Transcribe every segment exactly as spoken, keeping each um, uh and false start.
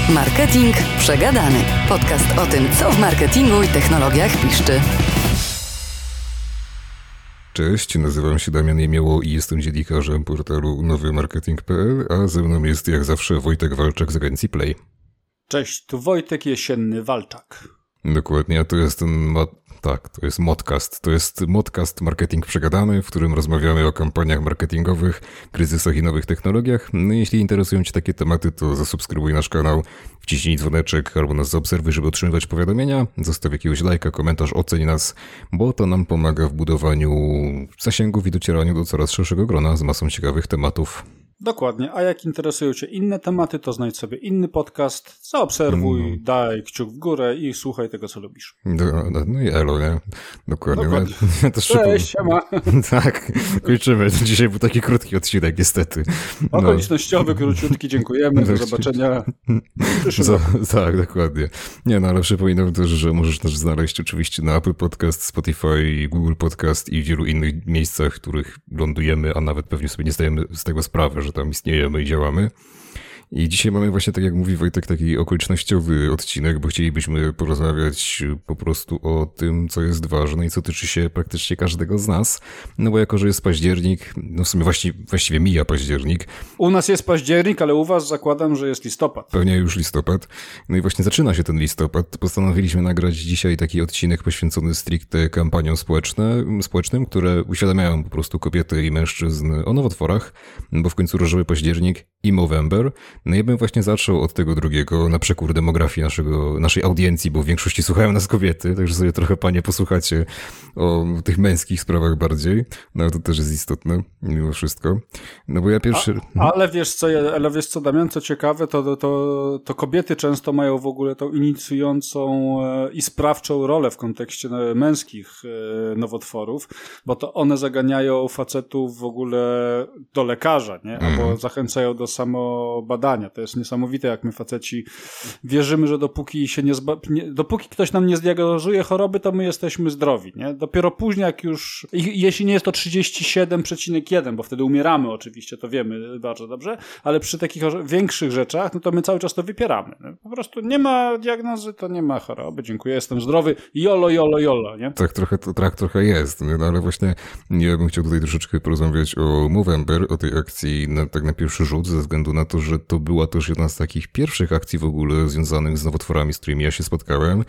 Marketing Przegadany. Podcast o tym, co w marketingu i technologiach piszczy. Cześć, nazywam się Damian Jemioło i jestem dziennikarzem portalu nowy marketing kropka p l, a ze mną jest jak zawsze Wojtek Walczak z agencji Play. Cześć, tu Wojtek Jesienny-Walczak. Dokładnie, a to jest ten, mo- tak, to jest modcast. To jest modcast Marketing Przegadany, w którym rozmawiamy o kampaniach marketingowych, kryzysach i nowych technologiach. No jeśli interesują Cię takie tematy, to zasubskrybuj nasz kanał, wciśnij dzwoneczek albo nas zaobserwuj, żeby otrzymywać powiadomienia, zostaw jakiegoś lajka, komentarz, oceń nas, bo to nam pomaga w budowaniu zasięgów i docieraniu do coraz szerszego grona z masą ciekawych tematów. Dokładnie, a jak interesują Cię inne tematy, to znajdź sobie inny podcast, zaobserwuj, mm. daj kciuk w górę i słuchaj tego, co lubisz. No, no, no i elo, nie? Dokładnie. Dokładnie. Ja też Cześć, siema. Tak, kończymy. Dzisiaj był taki krótki odcinek, niestety. No. Okolicznościowy, króciutki, dziękujemy, do zobaczenia. Za, tak, dokładnie. Nie, no ale przypominam też, że możesz nas znaleźć oczywiście na Apple Podcast, Spotify, Google Podcast i wielu innych miejscach, w których lądujemy, a nawet pewnie sobie nie zdajemy z tego sprawy, że tam istniejemy i działamy. I dzisiaj mamy właśnie, tak jak mówi Wojtek, taki okolicznościowy odcinek, bo chcielibyśmy porozmawiać po prostu o tym, co jest ważne i co tyczy się praktycznie każdego z nas. No bo jako, że jest październik, no w sumie właściwie, właściwie mija październik. U nas jest październik, ale u was zakładam, że jest listopad. Pewnie już listopad. No i właśnie zaczyna się ten listopad. Postanowiliśmy nagrać dzisiaj taki odcinek poświęcony stricte kampaniom społeczne, społecznym, które uświadamiają po prostu kobiety i mężczyzn o nowotworach, bo w końcu różowy październik i Movember. No ja bym właśnie zaczął od tego drugiego, na przekór demografii naszego, naszej audiencji, bo w większości słuchają nas kobiety, także sobie trochę, panie, posłuchacie o tych męskich sprawach bardziej. No to też jest istotne, mimo wszystko. No bo ja pierwszy... A, ale wiesz co, ale wiesz co, Damian, co ciekawe, to, to, to kobiety często mają w ogóle tą inicjującą i sprawczą rolę w kontekście męskich nowotworów, bo to one zaganiają facetów w ogóle do lekarza, nie? Albo mm. zachęcają do samobadania. To jest niesamowite, jak my faceci wierzymy, że dopóki się nie, zba... nie dopóki ktoś nam nie zdiagnozuje choroby, to my jesteśmy zdrowi, nie? Dopiero później, jak już, I, jeśli nie jest to trzydzieści siedem przecinek jeden, bo wtedy umieramy oczywiście, to wiemy bardzo dobrze, ale przy takich większych rzeczach, no to my cały czas to wypieramy. Nie? Po prostu nie ma diagnozy, to nie ma choroby, dziękuję, jestem zdrowy, jolo, jolo, jolo, nie? Tak trochę, to, tak trochę jest, no ale właśnie ja bym chciał tutaj troszeczkę porozmawiać o Movember, o tej akcji na, tak na pierwszy rzut, ze względu na to, że to była też jedna z takich pierwszych akcji w ogóle związanych z nowotworami, z którymi ja się spotkałem.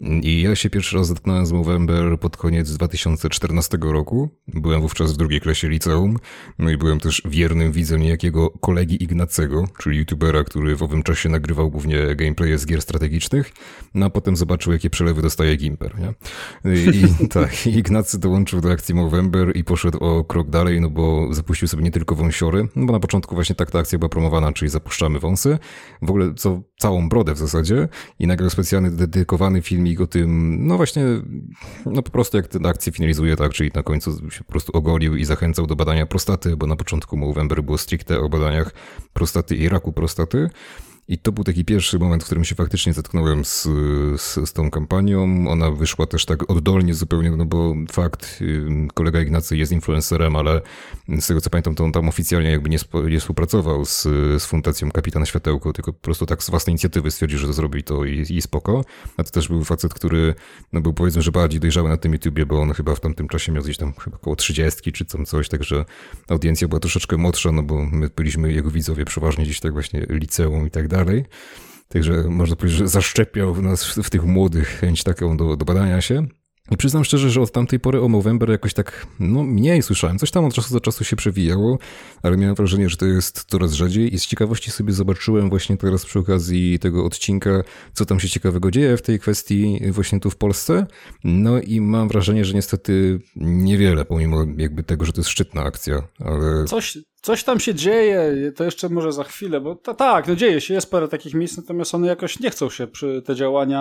I ja się pierwszy raz zetknąłem z Movember pod koniec dwa tysiące czternastego roku. Byłem wówczas w drugiej klasie liceum. No i byłem też wiernym widzem niejakiego kolegi Ignacego, czyli youtubera, który w owym czasie nagrywał głównie gameplaye z gier strategicznych. No a potem zobaczył, jakie przelewy dostaje Gimper, nie? I, i tak, Ignacy dołączył do akcji Movember i poszedł o krok dalej, no bo zapuścił sobie nie tylko wąsiory, no bo na początku właśnie tak ta akcja była promowana, czyli zapuszczamy wąsy, w ogóle co, całą brodę w zasadzie i nagrał specjalny, dedykowany filmik o tym, no właśnie, no po prostu jak tę akcję finalizuje, tak, czyli na końcu się po prostu ogolił i zachęcał do badania prostaty, bo na początku Movember było stricte o badaniach prostaty i raku prostaty. I to był taki pierwszy moment, w którym się faktycznie zetknąłem z, z, z tą kampanią. Ona wyszła też tak oddolnie zupełnie, no bo fakt, kolega Ignacy jest influencerem, ale z tego co pamiętam, to on tam oficjalnie jakby nie, spo, nie współpracował z, z Fundacją Kapitan Światełko, tylko po prostu tak z własnej inicjatywy stwierdził, że to zrobi to i, i spoko. A to też był facet, który no był, powiedzmy, że bardziej dojrzały na tym YouTubie, bo on chyba w tamtym czasie miał gdzieś tam chyba około trzydziestki czy tam coś, także audiencja była troszeczkę młodsza, no bo my byliśmy jego widzowie przeważnie gdzieś tak właśnie liceum i tak dalej. Dalej. Także można powiedzieć, że zaszczepiał w nas w tych młodych chęć taką do, do badania się. I przyznam szczerze, że od tamtej pory o Movember jakoś tak, no mniej słyszałem. Coś tam od czasu do czasu się przewijało, ale miałem wrażenie, że to jest coraz rzadziej i z ciekawości sobie zobaczyłem właśnie teraz przy okazji tego odcinka, co tam się ciekawego dzieje w tej kwestii właśnie tu w Polsce. No i mam wrażenie, że niestety niewiele, pomimo jakby tego, że to jest szczytna akcja, ale... Coś... Coś tam się dzieje, to jeszcze może za chwilę, bo to, tak, no dzieje się, jest parę takich miejsc, natomiast one jakoś nie chcą się przy te działania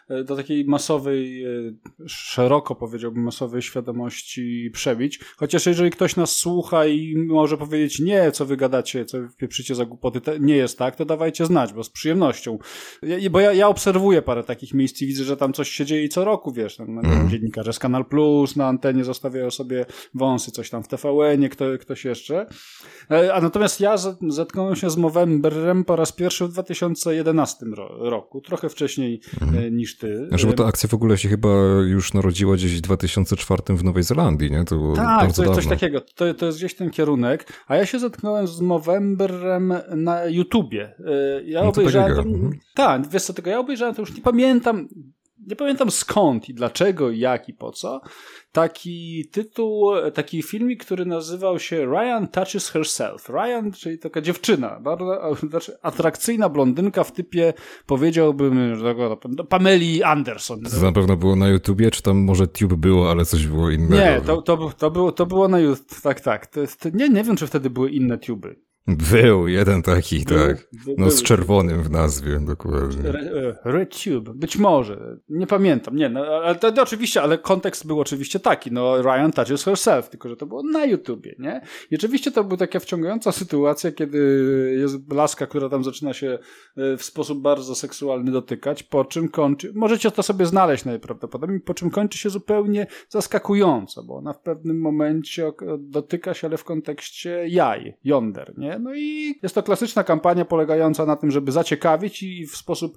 do takiej masowej, szeroko powiedziałbym, masowej świadomości przebić. Chociaż jeżeli ktoś nas słucha i może powiedzieć, nie, co wy gadacie, co wy pieprzycie za głupoty, nie jest tak, to dawajcie znać, bo z przyjemnością. Ja, bo ja, ja obserwuję parę takich miejsc i widzę, że tam coś się dzieje i co roku, wiesz, tam, mm. dziennikarze z Kanal Plus na antenie zostawiają sobie wąsy, coś tam w T V N-ie, kto, ktoś jeszcze. A natomiast ja zetknąłem się z Movemberem po raz pierwszy w dwa tysiące jedenastym roku, trochę wcześniej mm. niż ty. Znaczy, bo ta akcja w ogóle się chyba już narodziła gdzieś w dwa tysiące czwartym w Nowej Zelandii, nie? To było tak, bardzo coś, dawno. coś takiego. To, to jest gdzieś ten kierunek. A ja się zetknąłem z Movemberem na YouTubie. Ja no obejrzałem... to tam, tak, wiesz co, tego ja obejrzałem, to już nie pamiętam... Nie pamiętam skąd i dlaczego, jak i po co. Taki tytuł, taki filmik, który nazywał się Ryan Touches Herself. Ryan, czyli taka dziewczyna, bardzo znaczy atrakcyjna blondynka w typie, powiedziałbym, Pameli Anderson. To na pewno było na YouTubie, czy tam może Tube było, ale coś było innego? Nie, to, to, to, było, to było na YouTube, tak, tak. To, to, nie, nie wiem, czy wtedy były inne tuby. Był jeden taki, był, tak. Był, no był. Z czerwonym w nazwie, dokładnie. RedTube, być może. Nie pamiętam. Nie, no, ale to, to oczywiście, ale kontekst był oczywiście taki. No, Ryan Touches Herself, tylko że to było na YouTubie, nie? I oczywiście to była taka wciągająca sytuacja, kiedy jest laska, która tam zaczyna się w sposób bardzo seksualny dotykać, po czym kończy, możecie to sobie znaleźć najprawdopodobniej, po czym kończy się zupełnie zaskakująco, bo ona w pewnym momencie dotyka się, ale w kontekście jaj, yonder, nie? No i jest to klasyczna kampania polegająca na tym, żeby zaciekawić i w sposób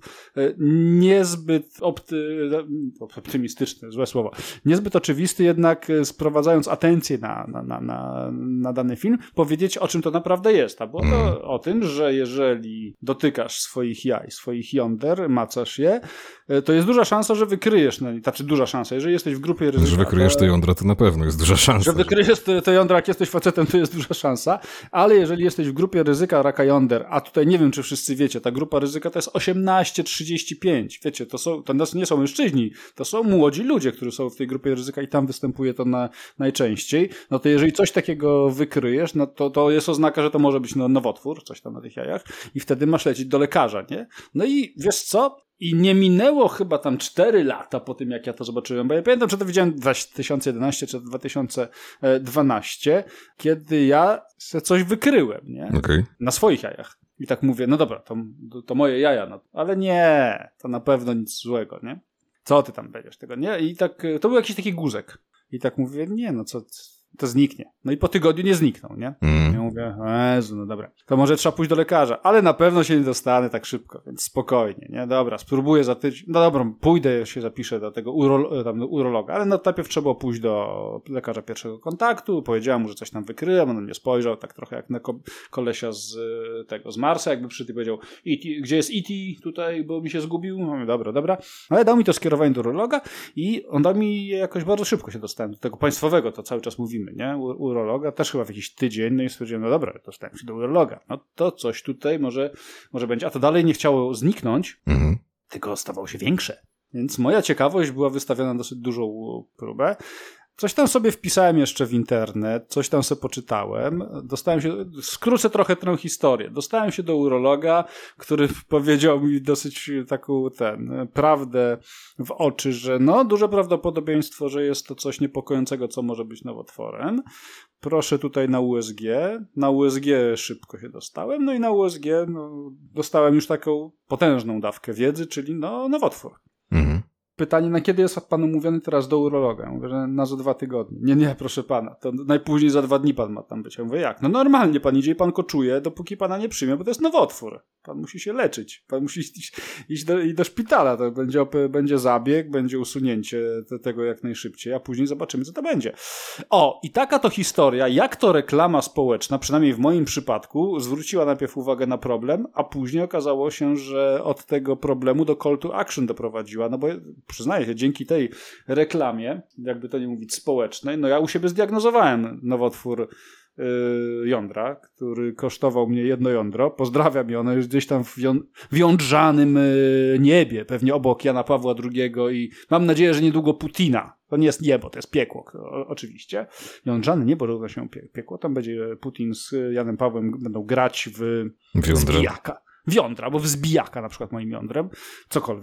niezbyt opty... optymistyczny, złe słowo, niezbyt oczywisty, jednak sprowadzając atencję na, na, na, na, na dany film, powiedzieć, o czym to naprawdę jest. A było to o tym, że jeżeli dotykasz swoich jaj, swoich yonder, macasz je, to jest duża szansa, że wykryjesz, no, znaczy duża szansa, jeżeli jesteś w grupie ryzyka. Że wykryjesz te jądra, to na pewno jest duża szansa. Że wykryjesz te, te jądra, jak jesteś facetem, to jest duża szansa, ale jeżeli jesteś w grupie ryzyka raka jąder, a tutaj nie wiem, czy wszyscy wiecie, ta grupa ryzyka to jest osiemnaście trzydzieści pięć. Wiecie, to są, to nie są mężczyźni, to są młodzi ludzie, którzy są w tej grupie ryzyka i tam występuje to na, najczęściej. No to jeżeli coś takiego wykryjesz, no to, to jest oznaka, że to może być no, nowotwór, coś tam na tych jajach i wtedy masz lecieć do lekarza, nie? No i wiesz co? I nie minęło chyba tam cztery lata po tym, jak ja to zobaczyłem, bo ja pamiętam, czy to widziałem dwa tysiące jedenasty czy dwa tysiące dwanaście, kiedy ja se coś wykryłem, nie? Okay. Na swoich jajach. I tak mówię, no dobra, to, to moje jaja, no. Ale nie, to na pewno nic złego, nie? Co ty tam będziesz tego, nie? I tak, to był jakiś taki guzek. I tak mówię, nie, no co... to zniknie. No i po tygodniu nie zniknął, nie? Mm. Ja mówię, Jezu, no dobra, to może trzeba pójść do lekarza, ale na pewno się nie dostanę tak szybko, więc spokojnie, nie? Dobra, spróbuję za tydzień, no dobra, pójdę, się zapiszę do tego uro, tam, do urologa, ale no najpierw trzeba było pójść do lekarza pierwszego kontaktu, powiedziałem mu, że coś tam wykryłem, on mnie spojrzał tak trochę jak na ko- kolesia z tego, z Marsa, jakby przy tym powiedział, E T, gdzie jest E T tutaj, bo mi się zgubił? No mówię, dobra, dobra, ale dał mi to skierowanie do urologa i on dał mi jakoś bardzo szybko się dostałem do tego państwowego, to cały czas mówimy, nie? U, urologa, też chyba w jakiś tydzień, no i stwierdziłem, no dobra, dostałem się do urologa, no to coś tutaj może, może będzie, a to dalej nie chciało zniknąć, mhm. tylko stawało się większe, więc moja ciekawość była wystawiona na dosyć dużą próbę. Coś tam sobie wpisałem jeszcze w internet, coś tam sobie poczytałem, dostałem się, skrócę trochę tę historię, dostałem się do urologa, który powiedział mi dosyć taką ten, prawdę w oczy, że no, duże prawdopodobieństwo, że jest to coś niepokojącego, co może być nowotworem. Proszę tutaj na U S G, na U S G szybko się dostałem, no i na U S G no, dostałem już taką potężną dawkę wiedzy, czyli no, nowotwór. Mhm. Pytanie, na kiedy jest pan umówiony teraz do urologa? Ja mówię, że na za dwa tygodnie. Nie, nie, proszę pana, to najpóźniej za dwa dni pan ma tam być. Ja mówię, jak? No normalnie pan idzie i pan koczuje, dopóki pana nie przyjmie, bo to jest nowotwór. Pan musi się leczyć. Pan musi iść, iść, do, iść do szpitala. To będzie, będzie zabieg, będzie usunięcie tego jak najszybciej, a później zobaczymy, co to będzie. O, i taka to historia, jak to reklama społeczna, przynajmniej w moim przypadku, zwróciła najpierw uwagę na problem, a później okazało się, że od tego problemu do call to action doprowadziła. No bo przyznaję się, dzięki tej reklamie, jakby to nie mówić społecznej, no ja u siebie zdiagnozowałem nowotwór yy, jądra, który kosztował mnie jedno jądro. Pozdrawiam je, ono jest gdzieś tam w, ją- w jądrzanym yy, niebie, pewnie obok Jana Pawła drugiego i mam nadzieję, że niedługo Putina. To nie jest niebo, to jest piekło, o, oczywiście. Jądrzane niebo równa się pie- piekło, tam będzie Putin z Janem Pawłem będą grać w, w zbijaka. W jądra, bo w zbijaka na przykład moim jądrem, cokolwiek.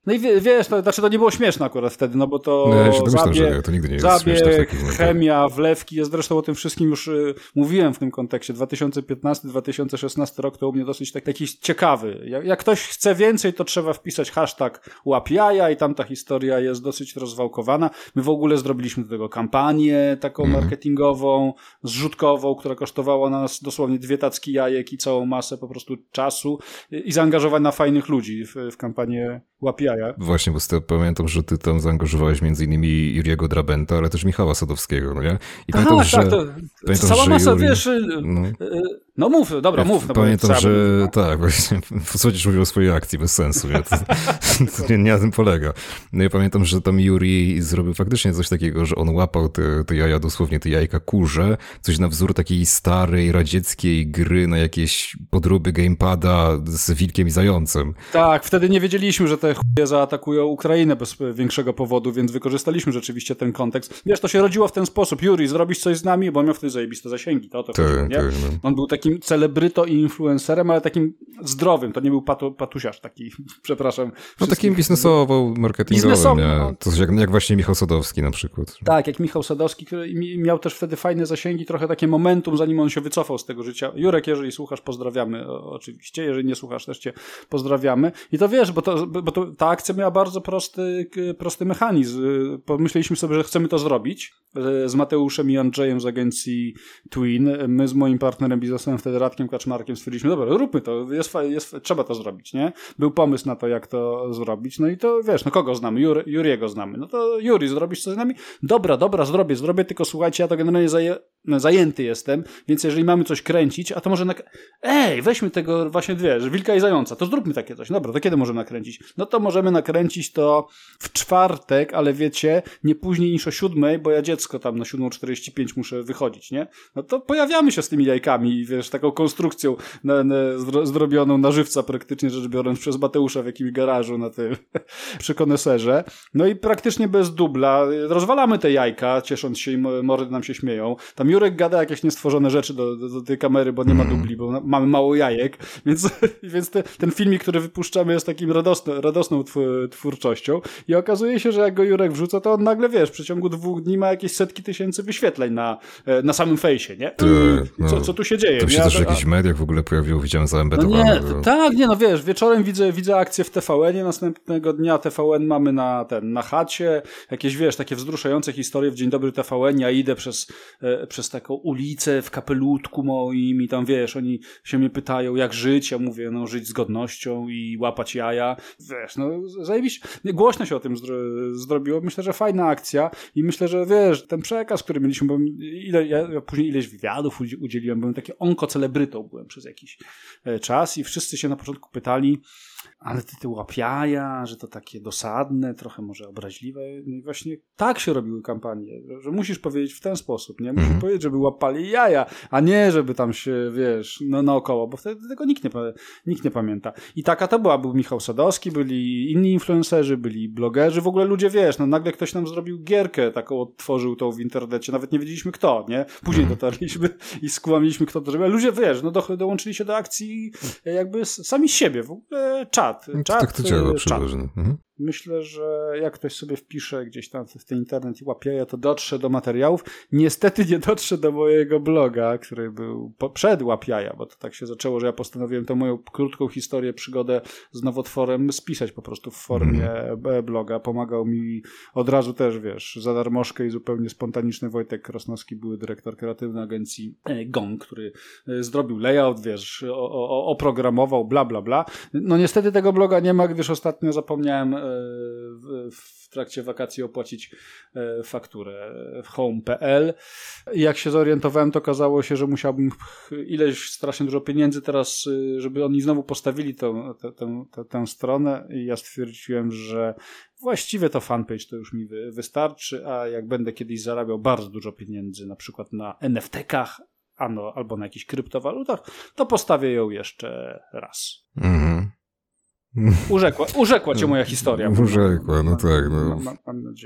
No i wiesz, to, znaczy to nie było śmieszne akurat wtedy, no bo to no, ja się domyślam, zabieg, że to nigdy nie jest zabieg śmieszne chemia, wlewki, ja zresztą o tym wszystkim już y, mówiłem w tym kontekście. dwa tysiące piętnasty dwa tysiące szesnasty rok to u mnie dosyć tak, taki ciekawy. Jak, jak ktoś chce więcej, to trzeba wpisać hashtag łap jaja i tam ta historia jest dosyć rozwałkowana. My w ogóle zrobiliśmy do tego kampanię taką mm. marketingową, zrzutkową, która kosztowała nas dosłownie dwie tacki jajek i całą masę po prostu czasu i zaangażowania fajnych ludzi w, w kampanię łap jaja. Właśnie, bo ty, pamiętam, że ty tam zaangażowałeś między innymi Juriego Drabenta, ale też Michała Sadowskiego, no nie? I pamiętam, tak, że... tak, to, pamiętam, cała że masa, Juri, wiesz... no. No mów, dobra, mów. No pamiętam, że tak, właśnie, Słodzisz mówił o swojej akcji, bez sensu, nie? To, to nie, nie na tym polega. No i pamiętam, że tam Juri zrobił faktycznie coś takiego, że on łapał te, te jaja, dosłownie te jajka kurze, coś na wzór takiej starej, radzieckiej gry na jakieś podróby gamepada z wilkiem i zającem. Tak, wtedy nie wiedzieliśmy, że te chuje zaatakują Ukrainę bez większego powodu, więc wykorzystaliśmy rzeczywiście ten kontekst. Wiesz, to się rodziło w ten sposób. Juri, zrobisz coś z nami, bo on miał wtedy zajebiste zasięgi. To o to chodziło, nie? Ty, no. On był takim celebryto i influencerem, ale takim zdrowym. To nie był patu, patusiarz taki, przepraszam. No takim biznesowo, marketingowym, biznesowo, nie? no. To jak, jak właśnie Michał Sadowski na przykład. Tak, jak Michał Sadowski, który miał też wtedy fajne zasięgi, trochę takie momentum, zanim on się wycofał z tego życia. Jurek, jeżeli słuchasz, pozdrawiamy o, oczywiście. Jeżeli nie słuchasz, też cię pozdrawiamy. I to wiesz, bo, to, bo to, ta akcja miała bardzo prosty, prosty mechanizm. Pomyśleliśmy sobie, że chcemy to zrobić z Mateuszem i Andrzejem z agencji Twin. My z moim partnerem biznesowym, wtedy Radkiem Kaczmarkiem, stwierdziliśmy, dobra, róbmy to, jest, jest, trzeba to zrobić, nie? Był pomysł na to, jak to zrobić, no i to wiesz, no kogo znamy? Jur, Juriego znamy. No to Juri, zrobisz coś z nami? Dobra, dobra, zrobię, zrobię, tylko słuchajcie, ja to generalnie zaje, no, zajęty jestem, więc jeżeli mamy coś kręcić, a to może, nak- ej, weźmy tego właśnie, wiesz, wilka i zająca, to zróbmy takie coś. Dobra, to kiedy możemy nakręcić? No to możemy nakręcić to w czwartek, ale wiecie, nie później niż o siódmej, bo ja dziecko tam na siódma czterdzieści pięć muszę wychodzić, nie? No to pojawiamy się z tymi jajkami, wiesz, taką konstrukcją na, na, zrobioną na żywca praktycznie rzecz biorąc przez Mateusza w jakimś garażu na tym przy koneserze. No i praktycznie bez dubla rozwalamy te jajka, ciesząc się i mordy nam się śmieją. Tam Jurek gada jakieś niestworzone rzeczy do, do, do tej kamery, bo nie ma dubli, bo mamy mało jajek, więc, więc te, ten filmik, który wypuszczamy jest takim radosno, radosną twórczością i okazuje się, że jak go Jurek wrzuca, to on nagle, wiesz, w przeciągu dwóch dni ma jakieś setki tysięcy wyświetleń na, na samym fejsie, nie? Ty, no, co, co tu się dzieje? To się ja, też w jakichś mediach w ogóle pojawiło, widziałem zaembedowane. No nie, tak, nie, no wiesz, wieczorem widzę, widzę akcję w T V N-ie, następnego dnia T V N mamy na ten, na chacie, jakieś, wiesz, takie wzruszające historie w Dzień Dobry T V N, ja idę przez, e, przez taką ulicę w kapelutku moim i tam, wiesz, oni się mnie pytają, jak żyć, ja mówię, no żyć z godnością i łapać jaja, wiesz, no zajebiście, głośno się o tym zdro- zrobiło, myślę, że fajna akcja i myślę, że wiesz, ten przekaz, który mieliśmy, bo ile, ja, ja później ileś wywiadów udzieliłem, byłem taki onkocelebrytą byłem przez jakiś czas i wszyscy się na początku pytali, ale ty, ty łap jaja, że to takie dosadne, trochę może obraźliwe. No i właśnie tak się robiły kampanie, że musisz powiedzieć w ten sposób, nie? Musisz mm. powiedzieć, żeby łapali jaja, a nie żeby tam się, wiesz, no naokoło, bo wtedy tego nikt nie, nikt nie pamięta. I taka to była, był Michał Sadowski, byli inni influencerzy, byli blogerzy, w ogóle ludzie, wiesz, no nagle ktoś nam zrobił gierkę, taką odtworzył tą w internecie, nawet nie wiedzieliśmy kto, nie? Później dotarliśmy i skłamiliśmy kto to zrobił, ale ludzie, wiesz, no do, dołączyli się do akcji jakby sami z siebie, w ogóle czat. Czat, tak to działa przeważnie. Mhm. Myślę, że jak ktoś sobie wpisze gdzieś tam w ten internet i łapie jaja, to dotrze do materiałów. Niestety nie dotrze do mojego bloga, który był po, przed łap jaja, bo to tak się zaczęło, że ja postanowiłem tę moją krótką historię, przygodę z nowotworem spisać po prostu w formie mm. bloga. Pomagał mi od razu też, wiesz, za darmożkę i zupełnie spontaniczny Wojtek Krasnowski, były dyrektor kreatywny agencji Gong, który zrobił layout, wiesz, o, o, oprogramował, bla, bla, bla. No niestety tego bloga nie ma, gdyż ostatnio zapomniałem w, w trakcie wakacji opłacić fakturę w home kropka p l. Jak się zorientowałem, to okazało się, że musiałbym ileś strasznie dużo pieniędzy teraz, żeby oni znowu postawili tę, tę, tę, tę, tę stronę i ja stwierdziłem, że właściwie to fanpage to już mi wy, wystarczy, a jak będę kiedyś zarabiał bardzo dużo pieniędzy, na przykład na en ef te kach, ano, albo na jakichś kryptowalutach, to postawię ją jeszcze raz. Mhm. Urzekła, urzekła cię moja historia. Urzekła, no tak. No. Mam, mam nadzieję.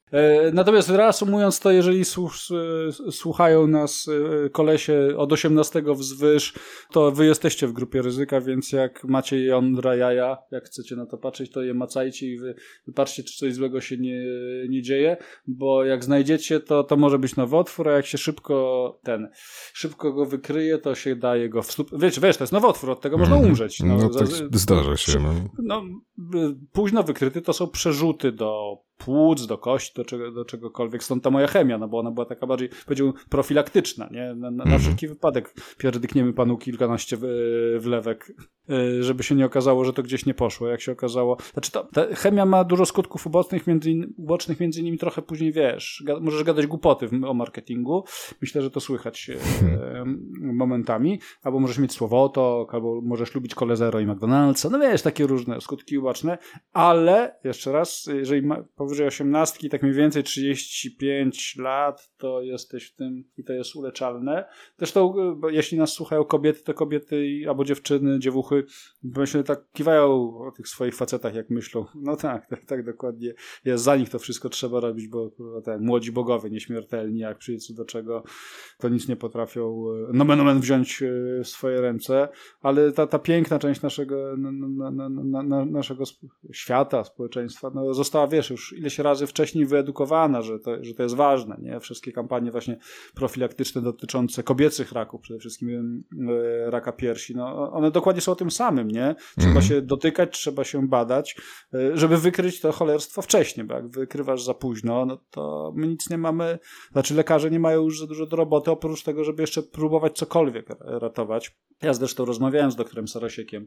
Natomiast reasumując to, jeżeli słuchają nas kolesie od osiemnastego wzwyż, to wy jesteście w grupie ryzyka, więc jak macie jądra, jaja, jak chcecie na to patrzeć, to je macajcie i wy patrzcie, czy coś złego się nie, nie dzieje, bo jak znajdziecie, to, to może być nowotwór, a jak się szybko ten, szybko go wykryje, to się daje go w stu... Wiesz, wiesz, to jest nowotwór, od tego można umrzeć. No, no tak zdarza się. No. no, późno wykryty to są przerzuty do płuc, do kości, do, czego, do czegokolwiek. Stąd ta moja chemia, no bo ona była taka bardziej, powiedziałbym, profilaktyczna, nie? Na, na, na mm. wszelki wypadek pierdykniemy panu kilkanaście wlewek, żeby się nie okazało, że to gdzieś nie poszło. Jak się okazało... Znaczy, to, ta chemia ma dużo skutków ubocznych, między, in, ubocznych, między innymi trochę później, wiesz, ga, możesz gadać głupoty w, o marketingu. Myślę, że to słychać e, momentami. Albo możesz mieć słowotok, albo możesz lubić Cole Zero i McDonald'sa. No wiesz, takie różne skutki uboczne, ale jeszcze raz, jeżeli ma, powyżej osiemnastki, tak mniej więcej trzydzieści pięć lat, to jesteś w tym i to jest uleczalne. Zresztą, jeśli nas słuchają kobiety, to kobiety albo dziewczyny, dziewuchy, myślę, tak kiwają o tych swoich facetach, jak myślą. No tak, tak, tak dokładnie jest. Za nich to wszystko trzeba robić, bo tak, młodzi bogowie, nieśmiertelni, jak przyjdzie co do czego, to nic nie potrafią nomen omen wziąć w swoje ręce, ale ta, ta piękna część naszego, na, na, na, na, naszego świata, społeczeństwa, no, została, wiesz, już ileś razy wcześniej wyedukowana, że to, że to jest ważne, nie? Wszystkie kampanie właśnie profilaktyczne dotyczące kobiecych raków, przede wszystkim e, raka piersi, no one dokładnie są o tym samym, nie? Trzeba mm. się dotykać, trzeba się badać, e, żeby wykryć to cholerstwo wcześniej, bo jak wykrywasz za późno, no to my nic nie mamy, znaczy lekarze nie mają już za dużo do roboty, oprócz tego, żeby jeszcze próbować cokolwiek ratować. Ja zresztą rozmawiałem z doktorem Sarosiekiem,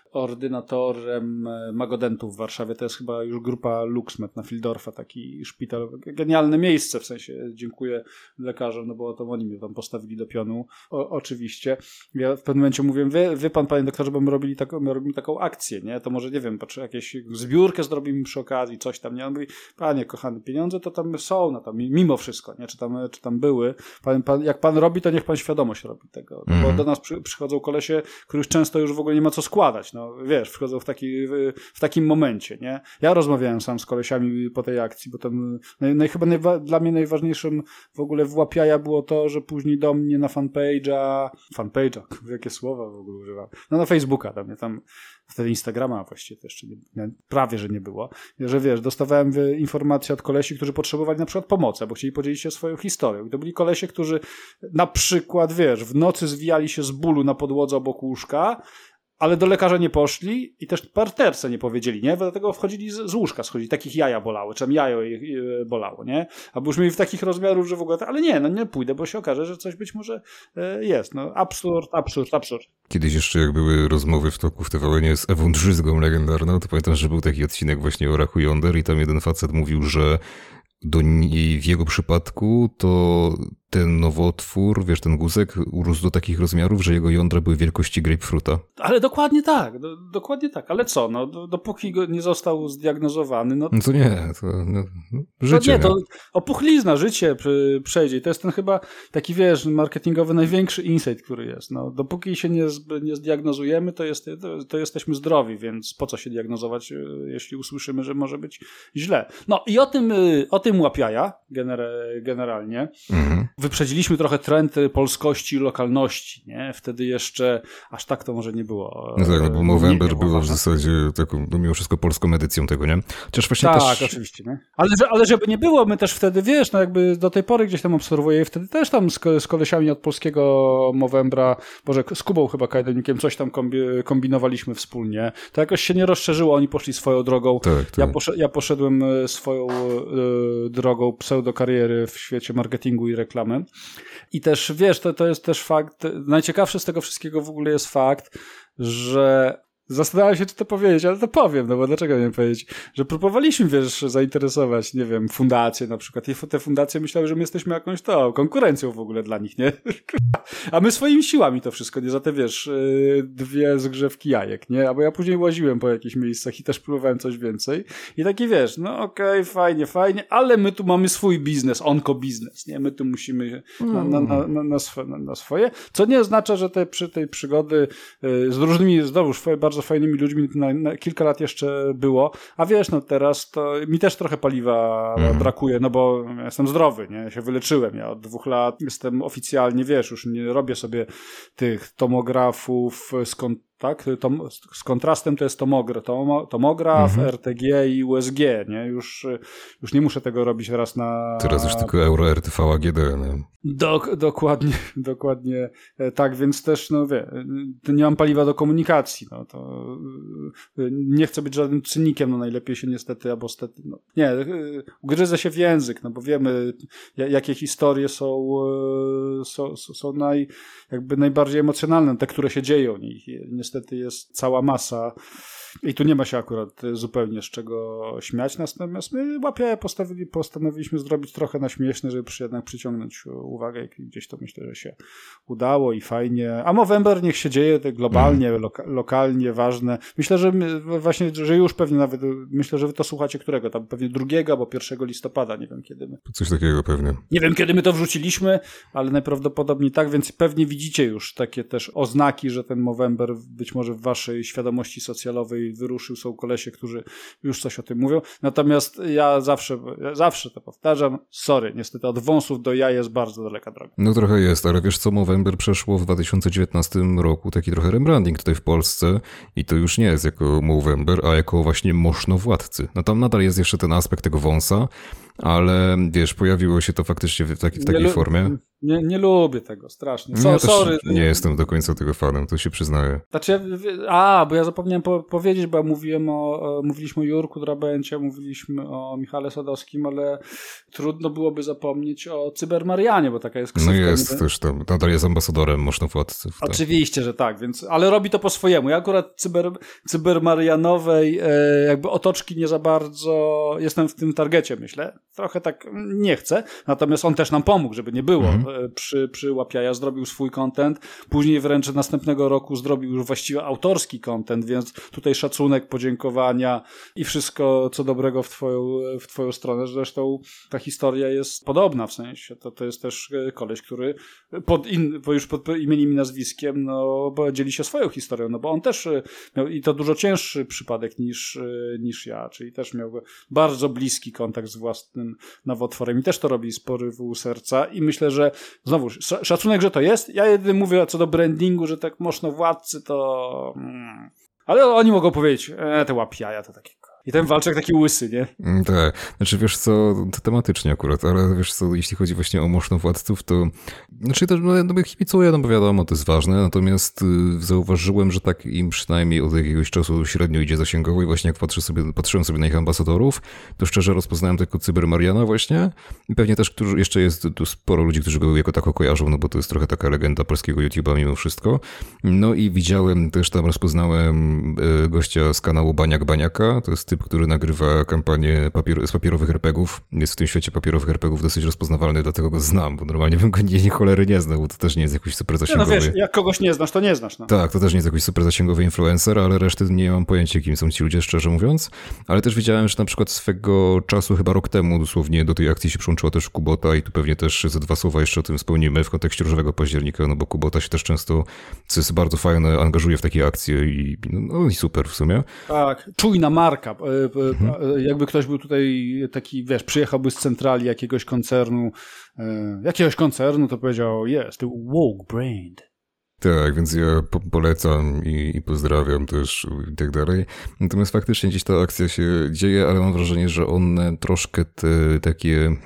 ordynatorem Magodentów w Warszawie, to jest chyba już grupa LuxMed na Fildorfa, taki szpital, genialne miejsce, w sensie dziękuję lekarzom, no bo to oni mnie tam postawili do pionu, o, oczywiście. Ja w pewnym momencie mówię, wie, wie pan, panie doktorze, bo my robili taką, my robimy taką akcję, nie, to może, nie wiem, patrzę, jakieś zbiórkę zrobimy przy okazji, coś tam, nie, on mówi, panie kochany, pieniądze to tam są, no tam, mimo wszystko, nie, czy tam, czy tam były, pan, pan, jak pan robi, to niech pan świadomość robi tego, mm. bo do nas przy, przychodzą kolesie, których często już w ogóle nie ma co składać, no wiesz, wchodzą w, taki, w, w takim momencie, nie, ja rozmawiałem sam z kolesiami po tej akcji, bo tam naj, naj, chyba najwa, dla mnie najważniejszym w ogóle w łapiaja było to, że później do mnie na fanpage'a, fanpage'a, jakie słowa w ogóle używam, no na Facebooka, tam, tam wtedy Instagrama właściwie to jeszcze nie, prawie, że nie było, że wiesz, dostawałem informacje od kolesi, którzy potrzebowali na przykład pomocy, bo chcieli podzielić się swoją historią i to byli kolesie, którzy na przykład, wiesz, w nocy zwijali się z bólu na podłodze obok łóżka, ale do lekarza nie poszli i też partnerce nie powiedzieli, nie? Dlatego wchodzili z, z łóżka, schodzili, takich jaja bolały, czym jajo ich bolało, nie? Albo już mieli w takich rozmiarów, że w ogóle, ale nie, no nie pójdę, bo się okaże, że coś być może jest, no absurd, absurd, absurd. Kiedyś jeszcze jak były rozmowy w toku w T V N-ie z Ewą Drzyzgą legendarną, to pamiętam, że był taki odcinek właśnie o raku jąder i tam jeden facet mówił, że do niej, w jego przypadku to ten nowotwór, wiesz, ten guzek urósł do takich rozmiarów, że jego jądra były wielkości grapefruta. Ale dokładnie tak, do, dokładnie tak. Ale co, no, do, dopóki go nie został zdiagnozowany, no... No to nie, to no, życie. To nie, to opuchlizna, życie przejdzie. To jest ten chyba taki, wiesz, marketingowy największy insight, który jest. No, dopóki się nie, nie zdiagnozujemy, to, jest, to, to jesteśmy zdrowi, więc po co się diagnozować, jeśli usłyszymy, że może być źle. No i o tym, o tym łapiaja gener- generalnie. Mhm. Wyprzedziliśmy trochę trend polskości i lokalności, nie? Wtedy jeszcze aż tak to może nie było. No tak, no bo Movember było w zasadzie taką, no mimo wszystko polską edycją tego, nie? Chociaż właśnie tak, też... oczywiście, nie? Ale, ale żeby nie było, my też wtedy, wiesz, no jakby do tej pory gdzieś tam obserwuję i wtedy też tam z, z kolesiami od polskiego Movembra, Boże, z Kubą chyba Kajdenikiem coś tam kombi, kombinowaliśmy wspólnie. To jakoś się nie rozszerzyło, oni poszli swoją drogą. Tak, tak. Ja, poszedł, ja poszedłem swoją y, drogą pseudokariery w świecie marketingu i reklamy. I też, wiesz, to, to jest też fakt, najciekawszy z tego wszystkiego w ogóle jest fakt, że zastanawiam się, czy to powiedzieć, ale to powiem, no bo dlaczego nie powiedzieć, że próbowaliśmy, wiesz, zainteresować, nie wiem, fundacje na przykład i te fundacje myślały, że my jesteśmy jakąś to, konkurencją w ogóle dla nich, nie? A my swoimi siłami to wszystko, nie za te, wiesz, dwie zgrzewki jajek, nie? Albo ja później łaziłem po jakichś miejscach i też próbowałem coś więcej i taki, wiesz, no okej, okay, fajnie, fajnie, ale my tu mamy swój biznes, onko-biznes, nie? My tu musimy na, na, na, na, na, sw- na, na swoje, co nie oznacza, że te, przy tej przygody z różnymi, znowuż bardzo bardzo fajnymi ludźmi, na, na kilka lat jeszcze było, a wiesz, no teraz to mi też trochę paliwa mm. brakuje, no bo jestem zdrowy, nie, ja się wyleczyłem, ja od dwóch lat jestem oficjalnie, wiesz, już nie robię sobie tych tomografów z kont- tak, Tom, z kontrastem to jest tomograf, tom, tomograf mhm. R T G i U S G, nie? Już, już nie muszę tego robić raz na... Teraz już tylko Euro R T V A G D, nie? Dok, dokładnie, dokładnie tak, więc też, no wie, nie mam paliwa do komunikacji, no to nie chcę być żadnym cynikiem, no najlepiej się niestety, albo stety, no nie, ugryzę się w język, no bo wiemy, jakie historie są, są, są naj, jakby najbardziej emocjonalne, te, które się dzieją, nie, niestety jest cała masa i tu nie ma się akurat zupełnie z czego śmiać, natomiast my łapie postawili, postanowiliśmy zrobić trochę na śmieszne, żeby przy, jednak przyciągnąć uwagę i gdzieś to myślę, że się udało i fajnie. A Movember niech się dzieje tak globalnie, mm. loka, lokalnie, ważne. Myślę, że my, właśnie, że już pewnie nawet, myślę, że wy to słuchacie którego? Tam pewnie drugiego albo pierwszego listopada, nie wiem kiedy my. Coś takiego pewnie. Nie wiem kiedy my to wrzuciliśmy, ale najprawdopodobniej tak, więc pewnie widzicie już takie też oznaki, że ten Movember być może w waszej świadomości socjalowej wyruszył, są kolesie, którzy już coś o tym mówią. Natomiast ja zawsze, ja zawsze to powtarzam, sorry, niestety od wąsów do jaj jest bardzo daleka droga. No trochę jest, ale wiesz co, Movember przeszło w dwa tysiące dziewiętnastym roku taki trochę rebranding tutaj w Polsce i to już nie jest jako Movember, a jako właśnie Moszno-Władcy. No tam nadal jest jeszcze ten aspekt tego wąsa, ale wiesz, pojawiło się to faktycznie w, taki, w takiej nie formie. Nie, nie lubię tego, strasznie. So, ja sorry. Nie jestem do końca tego fanem, to się przyznaję. Znaczy, a, bo ja zapomniałem po, powiedzieć, bo ja mówiłem o, mówiliśmy o Jurku Drabęcie, mówiliśmy o Michale Sadowskim, ale trudno byłoby zapomnieć o Cybermarianie, bo taka jest ksywka. No jest nie? też tam, nadal jest ambasadorem Moszno-Władców. Tak. Oczywiście, że tak, więc, ale robi to po swojemu. Ja akurat cyber, cybermarianowej e, jakby otoczki nie za bardzo jestem w tym targecie, myślę. Trochę tak nie chcę, natomiast on też nam pomógł, żeby nie było. Mhm. Przy, przy Łapiaja zrobił swój content, później wręcz następnego roku zrobił już właściwie autorski content, więc tutaj szacunek, podziękowania i wszystko co dobrego w twoją, w twoją stronę. Zresztą ta historia jest podobna w sensie. To, to jest też koleś, który pod in, bo już pod imieniem i nazwiskiem no, bo dzieli się swoją historią, no bo on też miał i to dużo cięższy przypadek niż, niż ja, czyli też miał bardzo bliski kontakt z własnym nowotworem i też to robi z porywu serca i myślę, że znowu, szacunek, że to jest. Ja jedynie mówię co do brandingu, że tak Moszno-Władcy to... Mm. Ale oni mogą powiedzieć, e, te Łapiaja to takie... I ten Walczak taki łysy, nie? Tak. Znaczy, wiesz co, to tematycznie akurat, ale wiesz co, jeśli chodzi właśnie o Moszno-Władców, to... Znaczy, to, no, no kibicuję, no bo wiadomo, to jest ważne, natomiast y, zauważyłem, że tak im przynajmniej od jakiegoś czasu średnio idzie zasięgowo i właśnie jak patrzę sobie, patrzyłem sobie na ich ambasadorów, to szczerze rozpoznałem tylko Cybermariana właśnie i pewnie też, którzy, jeszcze jest tu sporo ludzi, którzy go jako tako kojarzą, no bo to jest trochę taka legenda polskiego YouTube'a mimo wszystko. No i widziałem, też tam rozpoznałem y, gościa z kanału Baniak Baniaka, to jest typ, który nagrywa kampanię papier- z papierowych er pe gie ów. Jest w tym świecie papierowych er pe gie ów dosyć rozpoznawalny, dlatego go znam, bo normalnie bym go nie, nie cholery nie znał, bo to też nie jest jakiś super zasięgowy. No wiesz, jak kogoś nie znasz, to nie znasz. No. Tak, to też nie jest jakiś super zasięgowy influencer, ale reszty nie mam pojęcia, kim są ci ludzie, szczerze mówiąc. Ale też widziałem, że na przykład swego czasu, chyba rok temu dosłownie do tej akcji się przyłączyła też Kubota i tu pewnie też ze dwa słowa jeszcze o tym wspomnimy w kontekście Różowego Października, no bo Kubota się też często, co jest bardzo fajne, angażuje w takie akcje i, no i super w sumie. Tak, czujna marka. Mhm. Jakby ktoś był tutaj taki, wiesz, przyjechałby z centrali jakiegoś koncernu, e, jakiegoś koncernu, to powiedział, jest, ty woke brand. Tak, więc ja po- polecam i, i pozdrawiam też i tak dalej. Natomiast faktycznie gdzieś ta akcja się dzieje, ale mam wrażenie, że one troszkę te takie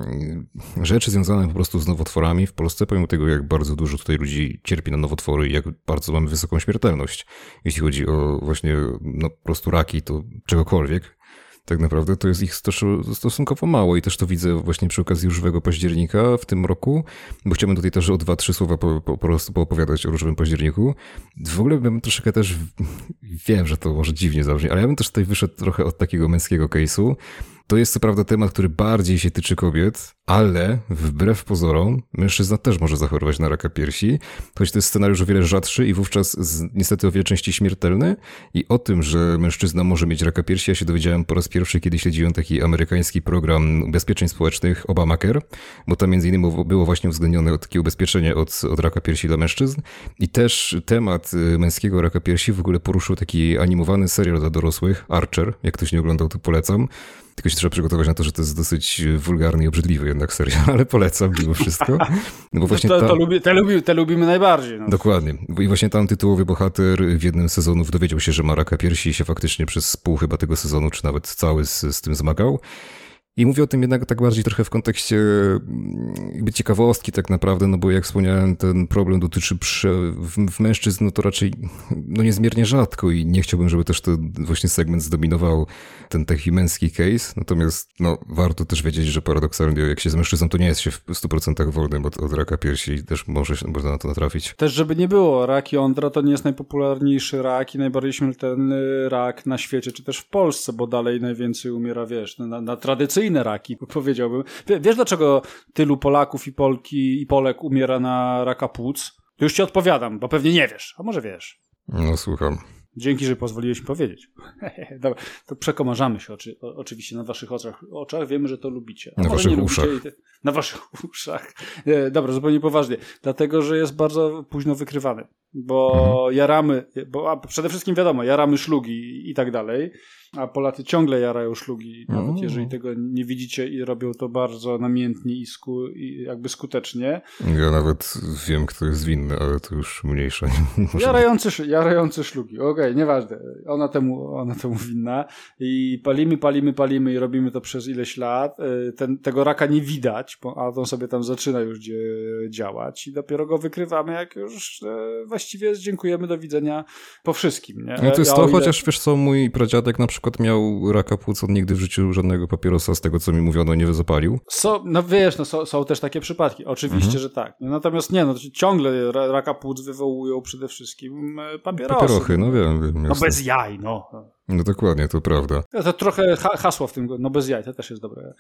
rzeczy związane po prostu z nowotworami w Polsce, pomimo tego, jak bardzo dużo tutaj ludzi cierpi na nowotwory i jak bardzo mamy wysoką śmiertelność, jeśli chodzi o właśnie no, po prostu raki, to czegokolwiek. Tak naprawdę to jest ich stosunkowo mało i też to widzę właśnie przy okazji Różowego Października w tym roku, bo chciałbym tutaj też o dwa, trzy słowa po, po, po prostu poopowiadać o Różowym Październiku. W ogóle bym troszeczkę też, wiem, że to może dziwnie zabrzmi, ale ja bym też tutaj wyszedł trochę od takiego męskiego case'u, To jest co prawda temat, który bardziej się tyczy kobiet, ale wbrew pozorom mężczyzna też może zachorować na raka piersi, choć to jest scenariusz o wiele rzadszy i wówczas z, niestety o wiele częściej śmiertelny. I o tym, że mężczyzna może mieć raka piersi, ja się dowiedziałem po raz pierwszy, kiedy śledziłem taki amerykański program ubezpieczeń społecznych Obamacare, bo tam między innymi było właśnie uwzględnione takie ubezpieczenie od, od raka piersi dla mężczyzn. I też temat męskiego raka piersi w ogóle poruszył taki animowany serial dla dorosłych, Archer. Jak ktoś nie oglądał, to polecam. Tylko się trzeba przygotować na to, że to jest dosyć wulgarny i obrzydliwy jednak serial, ale polecam mimo wszystko. No bo właśnie to, tam... to lubi, te, lubi, te lubimy najbardziej. No. Dokładnie. I właśnie tam tytułowy bohater w jednym z sezonów dowiedział się, że ma raka piersi i się faktycznie przez pół chyba tego sezonu, czy nawet cały z, z tym zmagał. I mówię o tym jednak tak bardziej trochę w kontekście jakby ciekawostki tak naprawdę, no bo jak wspomniałem, ten problem dotyczy prze... w, w mężczyzn, no to raczej no niezmiernie rzadko i nie chciałbym, żeby też ten właśnie segment zdominował ten taki męski case, natomiast no warto też wiedzieć, że paradoksalnie jak się z mężczyzną, to nie jest się w stu procentach wolnym od, od raka piersi i też może się, można na to natrafić. Też żeby nie było, rak jądra to nie jest najpopularniejszy rak i najbardziej śmiertelny rak na świecie, czy też w Polsce, bo dalej najwięcej umiera, wiesz, na, na tradycyjne raki, powiedziałbym. Wiesz, dlaczego tylu Polaków i Polki i Polek umiera na raka płuc? To już ci odpowiadam, bo pewnie nie wiesz, a może wiesz. No słucham. Dzięki, że pozwoliłeś mi powiedzieć. Dobra, to przekomarzamy się oczy, o, oczywiście na waszych oczach. oczach. Wiemy, że to lubicie. A na waszych uszach. Te, na waszych uszach. Nie, dobra, zupełnie poważnie. Dlatego, że jest bardzo późno wykrywany. Bo mhm. jaramy, bo a przede wszystkim wiadomo, jaramy szlugi i tak dalej, a Polacy ciągle jarają szlugi, nawet mhm. jeżeli tego nie widzicie i robią to bardzo namiętnie i, sku, i jakby skutecznie. Ja nawet wiem, kto jest winny, ale to już mniejsze. Jarający, jarający szlugi. Okej, okay, nieważne. Ona temu, ona temu winna. I palimy, palimy, palimy i robimy to przez ileś lat. Ten, tego raka nie widać, bo, a on sobie tam zaczyna już działać i dopiero go wykrywamy, jak już właściwie dziękujemy, do widzenia po wszystkim. Nie? No to jest ja to, ile... chociaż wiesz co, mój pradziadek na przykład miał raka płuc, on nigdy w życiu żadnego papierosa, z tego co mi mówiono, nie zapalił. So, no wiesz, no, są, są też takie przypadki, oczywiście, mhm. że tak. Natomiast nie, no ciągle raka płuc wywołują przede wszystkim papierosy. Papierochy, no wiem. wiem no bez jaj, no. No dokładnie, to prawda. To trochę ha- hasło w tym, no bez jaj, to też jest dobre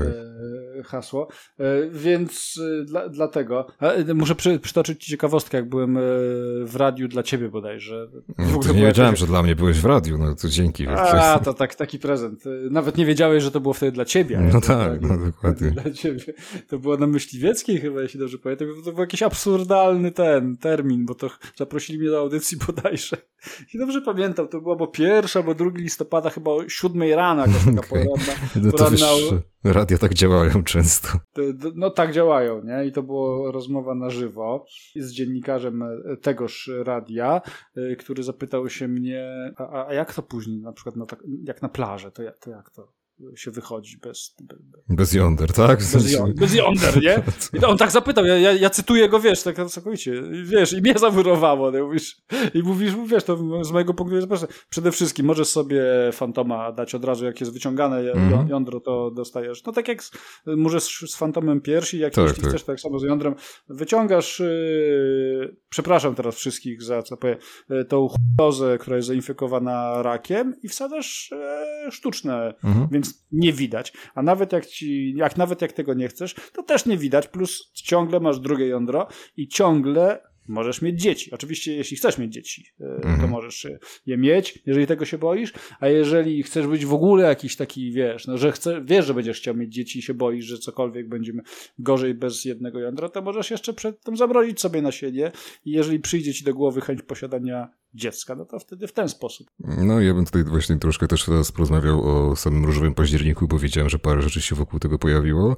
e, hasło. E, więc e, dla, dlatego e, muszę przy, przytoczyć ci ciekawostkę, jak byłem e, w radiu dla ciebie bodajże. No, to nie wiedziałem, że dla mnie byłeś w radiu, no to dzięki. A, to tak, taki prezent. Nawet nie wiedziałeś, że to było wtedy dla ciebie. No tak, no dokładnie. Dla ciebie. To było na Myśliwieckiej chyba, jeśli dobrze pamiętam. To był jakiś absurdalny ten termin, bo to zaprosili mnie do audycji bodajże. I dobrze pamiętam, to była bo pierwsza, bo drugiego listopada chyba o siódmej rana, jakaś taka okay. poranna. No to poranna... wiesz, radia tak działają często. To, no tak działają, nie? I to była rozmowa na żywo z dziennikarzem tegoż radia, który zapytał się mnie, a, a jak to później, na przykład na, jak na plażę, to, to jak to się wychodzi bez... Bez, bez jąder, tak? Bez, ją, bez jąder, nie? I on tak zapytał, ja, ja, ja cytuję go, wiesz, tak całkowicie, wiesz, i mnie zamurowało, nie? Mówisz, i mówisz, wiesz, to z mojego punktu widzenia, przede wszystkim możesz sobie Fantoma dać od razu, jak jest wyciągane mm. jądro, to dostajesz. No tak jak z, możesz z Fantomem piersi, jak tak, jeśli tak. chcesz, tak samo z jądrem, wyciągasz, yy, przepraszam teraz wszystkich za, co powiem, yy, tą chudozę, która jest zainfekowana rakiem i wsadzasz yy, sztuczne, mm. więc nie widać, a nawet jak ci, jak nawet jak tego nie chcesz, to też nie widać, plus ciągle masz drugie jądro i ciągle możesz mieć dzieci. Oczywiście, jeśli chcesz mieć dzieci, to możesz je mieć, jeżeli tego się boisz, a jeżeli chcesz być w ogóle jakiś taki, wiesz, no, że chcesz, wiesz, że będziesz chciał mieć dzieci i się boisz, że cokolwiek będzie gorzej bez jednego jądra, to możesz jeszcze przed tym zabronić sobie nasienie i jeżeli przyjdzie ci do głowy chęć posiadania dziecka, no to wtedy w ten sposób. No ja bym tutaj właśnie troszkę też teraz porozmawiał o samym różowym październiku, bo wiedziałem, że parę rzeczy się wokół tego pojawiło.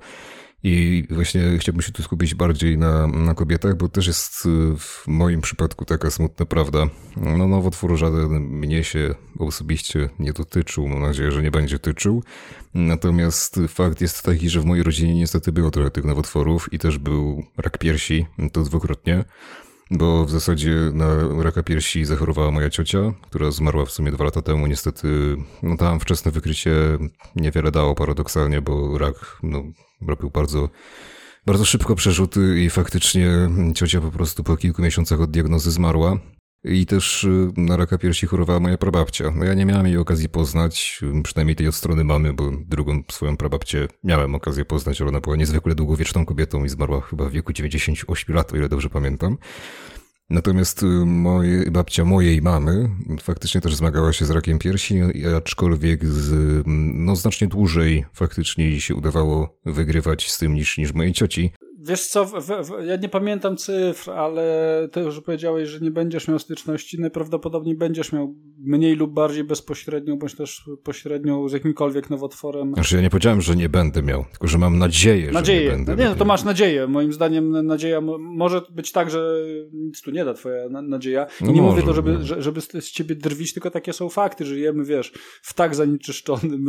I właśnie chciałbym się tu skupić bardziej na, na kobietach, bo też jest w moim przypadku taka smutna prawda. No nowotwór żaden mnie się osobiście nie dotyczył, mam nadzieję, że nie będzie tyczył. Natomiast fakt jest taki, że w mojej rodzinie niestety było trochę tych nowotworów i też był rak piersi, to dwukrotnie. Bo w zasadzie na raka piersi zachorowała moja ciocia, która zmarła w sumie dwa lata temu. Niestety, no tam wczesne wykrycie niewiele dało paradoksalnie, bo rak no, robił bardzo, bardzo szybko przerzuty i faktycznie ciocia po prostu po kilku miesiącach od diagnozy zmarła. I też na raka piersi chorowała moja prababcia. No ja nie miałem jej okazji poznać, przynajmniej tej od strony mamy, bo drugą swoją prababcię miałem okazję poznać, ale ona była niezwykle długowieczną kobietą i zmarła chyba w wieku dziewięćdziesięciu ośmiu lat, o ile dobrze pamiętam. Natomiast moje, babcia mojej mamy faktycznie też zmagała się z rakiem piersi, aczkolwiek z, no, znacznie dłużej faktycznie jej się udawało wygrywać z tym niż, niż mojej cioci. Wiesz co, w, w, ja nie pamiętam cyfr, ale ty już powiedziałeś, że nie będziesz miał styczności, najprawdopodobniej będziesz miał mniej lub bardziej bezpośrednią, bądź też pośrednią z jakimkolwiek nowotworem. Znaczy ja nie powiedziałem, że nie będę miał, tylko że mam nadzieję, nadzieję. że nie będę. Nie, no to masz nadzieję. Moim zdaniem nadzieja może być tak, że nic tu nie da twoja nadzieja. I no nie może, mówię to, żeby, no. żeby z ciebie drwić, tylko takie są fakty. Żyjemy, wiesz, w tak zanieczyszczonym,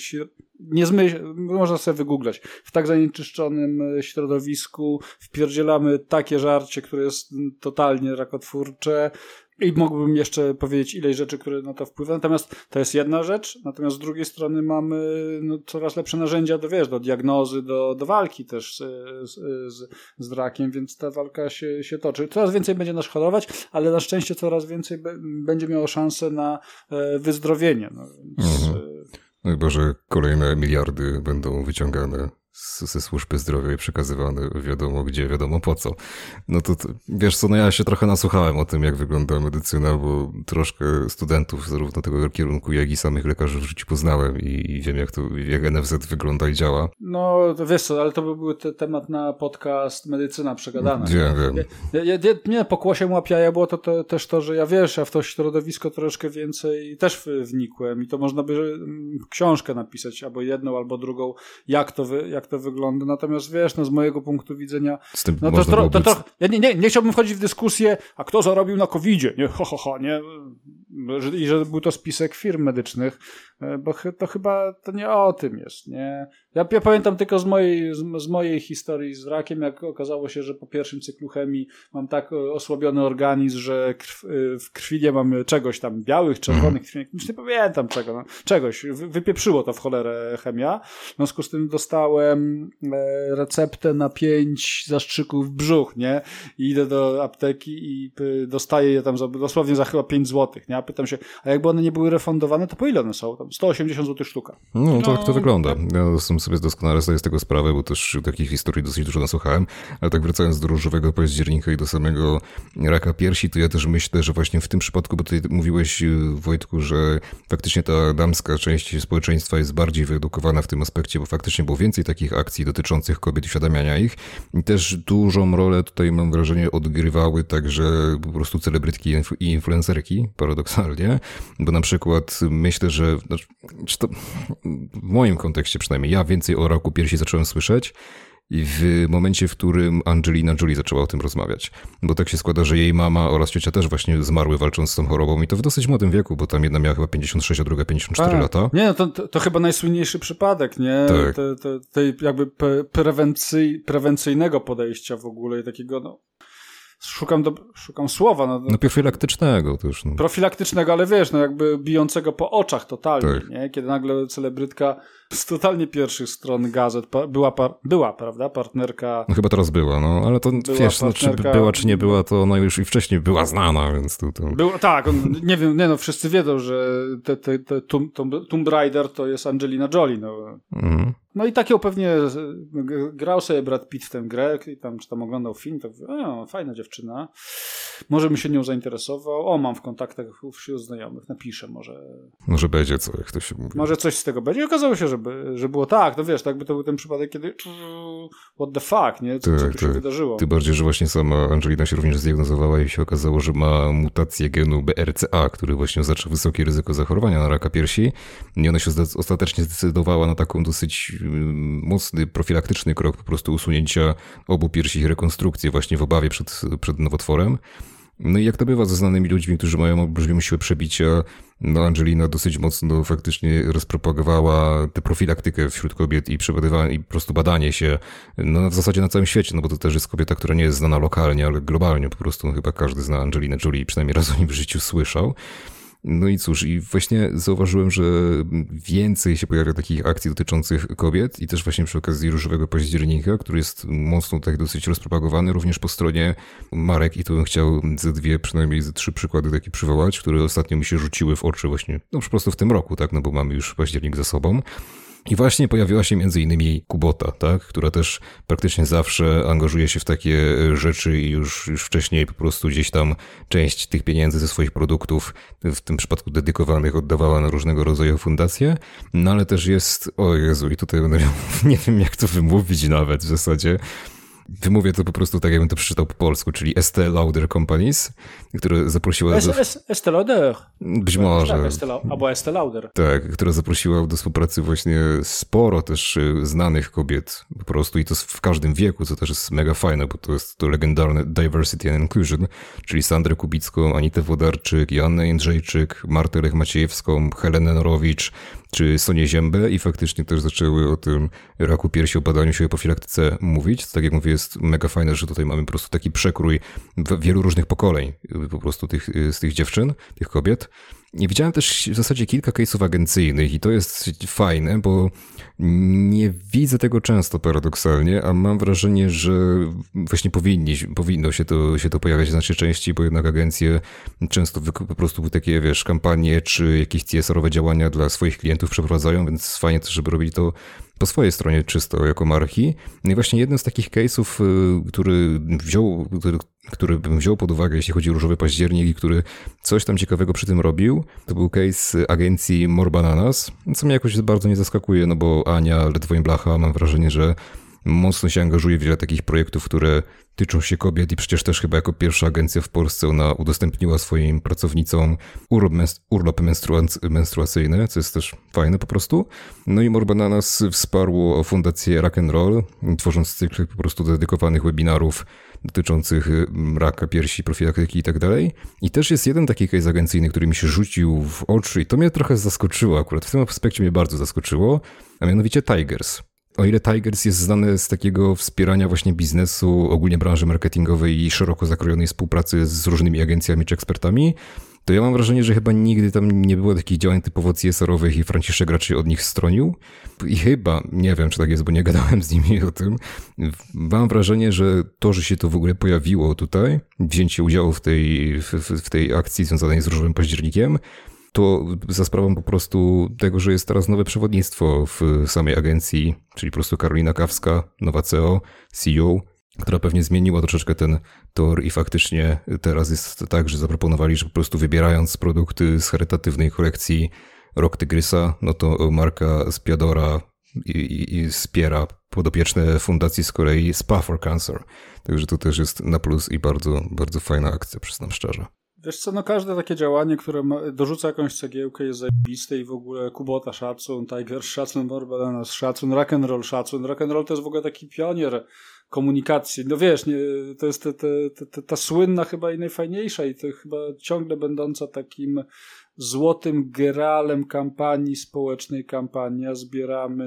nie zmyśl, można sobie wygooglać, w tak zanieczyszczonym środowisku wpierdzielamy takie żarcie, które jest totalnie rakotwórcze. I mógłbym jeszcze powiedzieć ileś rzeczy, które na to wpływają. Natomiast to jest jedna rzecz. Natomiast z drugiej strony mamy no, coraz lepsze narzędzia do, wiesz, do diagnozy, do, do walki też z, z, z rakiem, więc ta walka się, się toczy. Coraz więcej będzie nas chorować, ale na szczęście coraz więcej be, będzie miało szansę na e, wyzdrowienie. No, więc, mhm. No chyba, że kolejne miliardy będą wyciągane ze służby zdrowia i przekazywane wiadomo gdzie, wiadomo po co. No to, to wiesz co, no ja się trochę nasłuchałem o tym, jak wygląda medycyna, bo troszkę studentów zarówno tego kierunku, jak i samych lekarzy w życiu poznałem i, i wiem, jak to, jak N F Z wygląda i działa. No, to wiesz co, ale to by był te, temat na podcast Medycyna Przegadana. Wiem, wiem. Ja, ja, ja, mnie pokłosiem łapiaja było to, to też to, że ja wiesz, ja w to środowisko troszkę więcej też wnikłem i to można by książkę napisać, albo jedną, albo drugą, jak to, wy, jak to wygląda. Natomiast wiesz, no z mojego punktu widzenia, z tym no to, to, to, to ja nie, nie, nie chciałbym wchodzić w dyskusję, a kto zarobił na kowidzie, nie, ho, ho, ho, nie, i że był to spisek firm medycznych, bo to chyba to nie o tym jest, nie. Ja, ja pamiętam tylko z mojej, z, z mojej historii z rakiem, jak okazało się, że po pierwszym cyklu chemii mam tak osłabiony organizm, że krw, w krwi nie mam czegoś tam białych, czerwonych krwi, już nie pamiętam czego, no, czegoś, wypieprzyło to w cholerę chemia, w związku z tym dostałem e, receptę na pięć zastrzyków w brzuch, nie, i idę do apteki i y, dostaję je tam za, dosłownie za chyba pięć złotych, nie, a pytam się, a jakby one nie były refundowane, to po ile one są? Tam sto osiemdziesiąt złotych sztuka. No, to no, tak to wygląda. Ja sobie doskonale zdaję z tego sprawę, bo też takich historii dosyć dużo nasłuchałem, ale tak wracając do różowego października i do samego raka piersi, to ja też myślę, że właśnie w tym przypadku, bo tutaj mówiłeś, Wojtku, że faktycznie ta damska część społeczeństwa jest bardziej wyedukowana w tym aspekcie, bo faktycznie było więcej takich akcji dotyczących kobiet, uświadamiania ich i też dużą rolę tutaj, mam wrażenie, odgrywały także po prostu celebrytki i influencerki, paradoksalnie, bo na przykład myślę, że znaczy, to w moim kontekście przynajmniej, ja więcej o raku piersi zacząłem słyszeć i w momencie, w którym Angelina Jolie zaczęła o tym rozmawiać. Bo tak się składa, że jej mama oraz ciocia też właśnie zmarły walcząc z tą chorobą i to w dosyć młodym wieku, bo tam jedna miała chyba pięćdziesiąt sześć, a druga pięćdziesiąt cztery a, lata. Nie, no to, to, to chyba najsłynniejszy przypadek, nie? Tak. Te, te, tej jakby prewencji, prewencyjnego podejścia w ogóle i takiego, no... Szukam, do, szukam słowa. No, no profilaktycznego też. No. Profilaktycznego, ale wiesz, no jakby bijącego po oczach totalnie, tak. Nie? Kiedy nagle celebrytka z totalnie pierwszych stron gazet pa, była, par, była, prawda, partnerka... No chyba teraz była, no, ale to wiesz, no, czy była, czy nie była, to ona już i wcześniej była znana, więc tu... to... Było, tak, on, nie wiem, nie no, wszyscy wiedzą, że te, te, te Tomb, Tomb Raider to jest Angelina Jolie, no. Mhm. No i tak ją pewnie grał sobie Brad Pitt w tę grę, i tam, czy tam oglądał film, to o, fajna dziewczyna, może bym się nią zainteresował, o, mam w kontaktach wśród znajomych, napiszę, może... Może będzie co, jak to się mówi. Może coś z tego będzie i okazało się, że, że było tak, no wiesz, tak by to był ten przypadek, kiedy what the fuck, nie, co, tak, co tu się tak. wydarzyło. Tym bardziej, że właśnie sama Angelina się również zdiagnozowała i się okazało, że ma mutację genu B R C A, który właśnie oznacza wysokie ryzyko zachorowania na raka piersi i ona się ostatecznie zdecydowała na taką dosyć mocny, profilaktyczny krok po prostu usunięcia obu piersi i rekonstrukcji właśnie w obawie przed, przed nowotworem. No i jak to bywa ze znanymi ludźmi, którzy mają olbrzymią siłę przebicia, no Angelina dosyć mocno faktycznie rozpropagowała tę profilaktykę wśród kobiet i przebywanie i po prostu badanie się, no w zasadzie na całym świecie, no bo to też jest kobieta, która nie jest znana lokalnie, ale globalnie po prostu, no chyba każdy zna Angelinę Jolie i przynajmniej raz o nim w życiu słyszał. No i cóż, i właśnie zauważyłem, że więcej się pojawia takich akcji dotyczących kobiet i też właśnie przy okazji Różowego Października, który jest mocno tak dosyć rozpropagowany również po stronie marek i tu bym chciał ze dwie, przynajmniej ze trzy przykłady takie przywołać, które ostatnio mi się rzuciły w oczy właśnie, no po prostu w tym roku, tak, no bo mamy już październik za sobą. I właśnie pojawiła się między innymi Kubota, tak, która też praktycznie zawsze angażuje się w takie rzeczy i już, już wcześniej po prostu gdzieś tam część tych pieniędzy ze swoich produktów, w tym przypadku dedykowanych, oddawała na różnego rodzaju fundacje, no ale też jest, o Jezu, i tutaj będę miał, nie wiem jak to wymówić nawet w zasadzie, wymówię to po prostu tak, jakbym to przeczytał po polsku, czyli Estée Lauder Companies, które zaprosiła... Es, do... es, Estée Lauder. Być może. Tak, Estée, albo Estée Lauder. Tak, która zaprosiła do współpracy właśnie sporo też znanych kobiet po prostu i to w każdym wieku, co też jest mega fajne, bo to jest to legendarne Diversity and Inclusion, czyli Sandrę Kubicką, Anitę Włodarczyk, Joannę Jędrzejczyk, Martę Lech-Maciejewską, Helenę Norowicz, czy Sonię Ziębę i faktycznie też zaczęły o tym raku piersi, o badaniu się, o profilaktyce mówić. To tak jak mówię, jest mega fajne, że tutaj mamy po prostu taki przekrój wielu różnych pokoleń po prostu tych, z tych dziewczyn, tych kobiet. I widziałem też w zasadzie kilka case'ów agencyjnych i to jest fajne, bo nie widzę tego często paradoksalnie, a mam wrażenie, że właśnie powinni, powinno się to, się to pojawiać znacznie częściej, bo jednak agencje często po prostu takie, wiesz, kampanie czy jakieś C S R-owe działania dla swoich klientów przeprowadzają, więc fajnie też, żeby robili to po swojej stronie czysto jako marki. No i właśnie jeden z takich case'ów, który wziął, który, który bym wziął pod uwagę, jeśli chodzi o Różowy Październik i który coś tam ciekawego przy tym robił, to był case agencji More Bananas, co mnie jakoś bardzo nie zaskakuje, no bo Ania Ledwoń-Blacha, mam wrażenie, że mocno się angażuje w wiele takich projektów, które tyczą się kobiet i przecież też chyba jako pierwsza agencja w Polsce ona udostępniła swoim pracownicom urlop, menstru- urlopy menstruac- menstruacyjne, co jest też fajne po prostu. No i More Bananas wsparło fundację Rock and Roll, tworząc cykl po prostu dedykowanych webinarów dotyczących raka piersi, profilaktyki i tak dalej. I też jest jeden taki case agencyjny, który mi się rzucił w oczy i to mnie trochę zaskoczyło akurat. W tym aspekcie mnie bardzo zaskoczyło, a mianowicie Tigers. O ile Tigers jest znane z takiego wspierania właśnie biznesu, ogólnie branży marketingowej i szeroko zakrojonej współpracy z różnymi agencjami czy ekspertami, to ja mam wrażenie, że chyba nigdy tam nie było takich działań typowo C S R-owych i Franciszek raczej od nich stronił. I chyba, nie wiem czy tak jest, bo nie gadałem z nimi o tym, mam wrażenie, że to, że się to w ogóle pojawiło tutaj, wzięcie udziału w tej, w, w tej akcji związanej z Różowym Październikiem, to za sprawą po prostu tego, że jest teraz nowe przewodnictwo w samej agencji, czyli po prostu Karolina Kawska, nowa C E O, C E O, która pewnie zmieniła troszeczkę ten tor i faktycznie teraz jest tak, że zaproponowali, że po prostu wybierając produkty z charytatywnej kolekcji Rok Tygrysa, no to marka Spiadora i, i, i wspiera podopieczne fundacji z kolei Spa for Cancer. Także to też jest na plus i bardzo, bardzo fajna akcja, przyznam szczerze. Wiesz co, no każde takie działanie, które ma, dorzuca jakąś cegiełkę jest zajebiste i w ogóle Kubota szacun, Tiger szacun, More Bananas szacun, Rock'n'Roll szacun. Rock'n'Roll to jest w ogóle taki pionier komunikacji. No wiesz, nie, to jest te, te, te, ta słynna chyba i najfajniejsza i to chyba ciągle będąca takim złotym graalem kampanii społecznej kampania. Zbieramy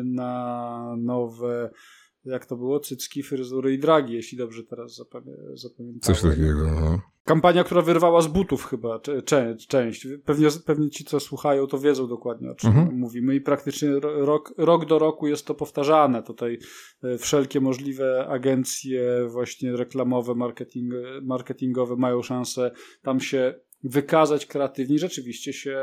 na nowe, jak to było, cycki, fryzury i dragi, jeśli dobrze teraz zapamię- zapamiętałem. Coś takiego, no. Kampania, która wyrwała z butów chyba część. część. Pewnie, pewnie ci, co słuchają, to wiedzą dokładnie, o czym mhm. mówimy i praktycznie rok, rok do roku jest to powtarzane. Tutaj wszelkie możliwe agencje właśnie reklamowe, marketing, marketingowe mają szansę tam się wykazać kreatywnie, rzeczywiście się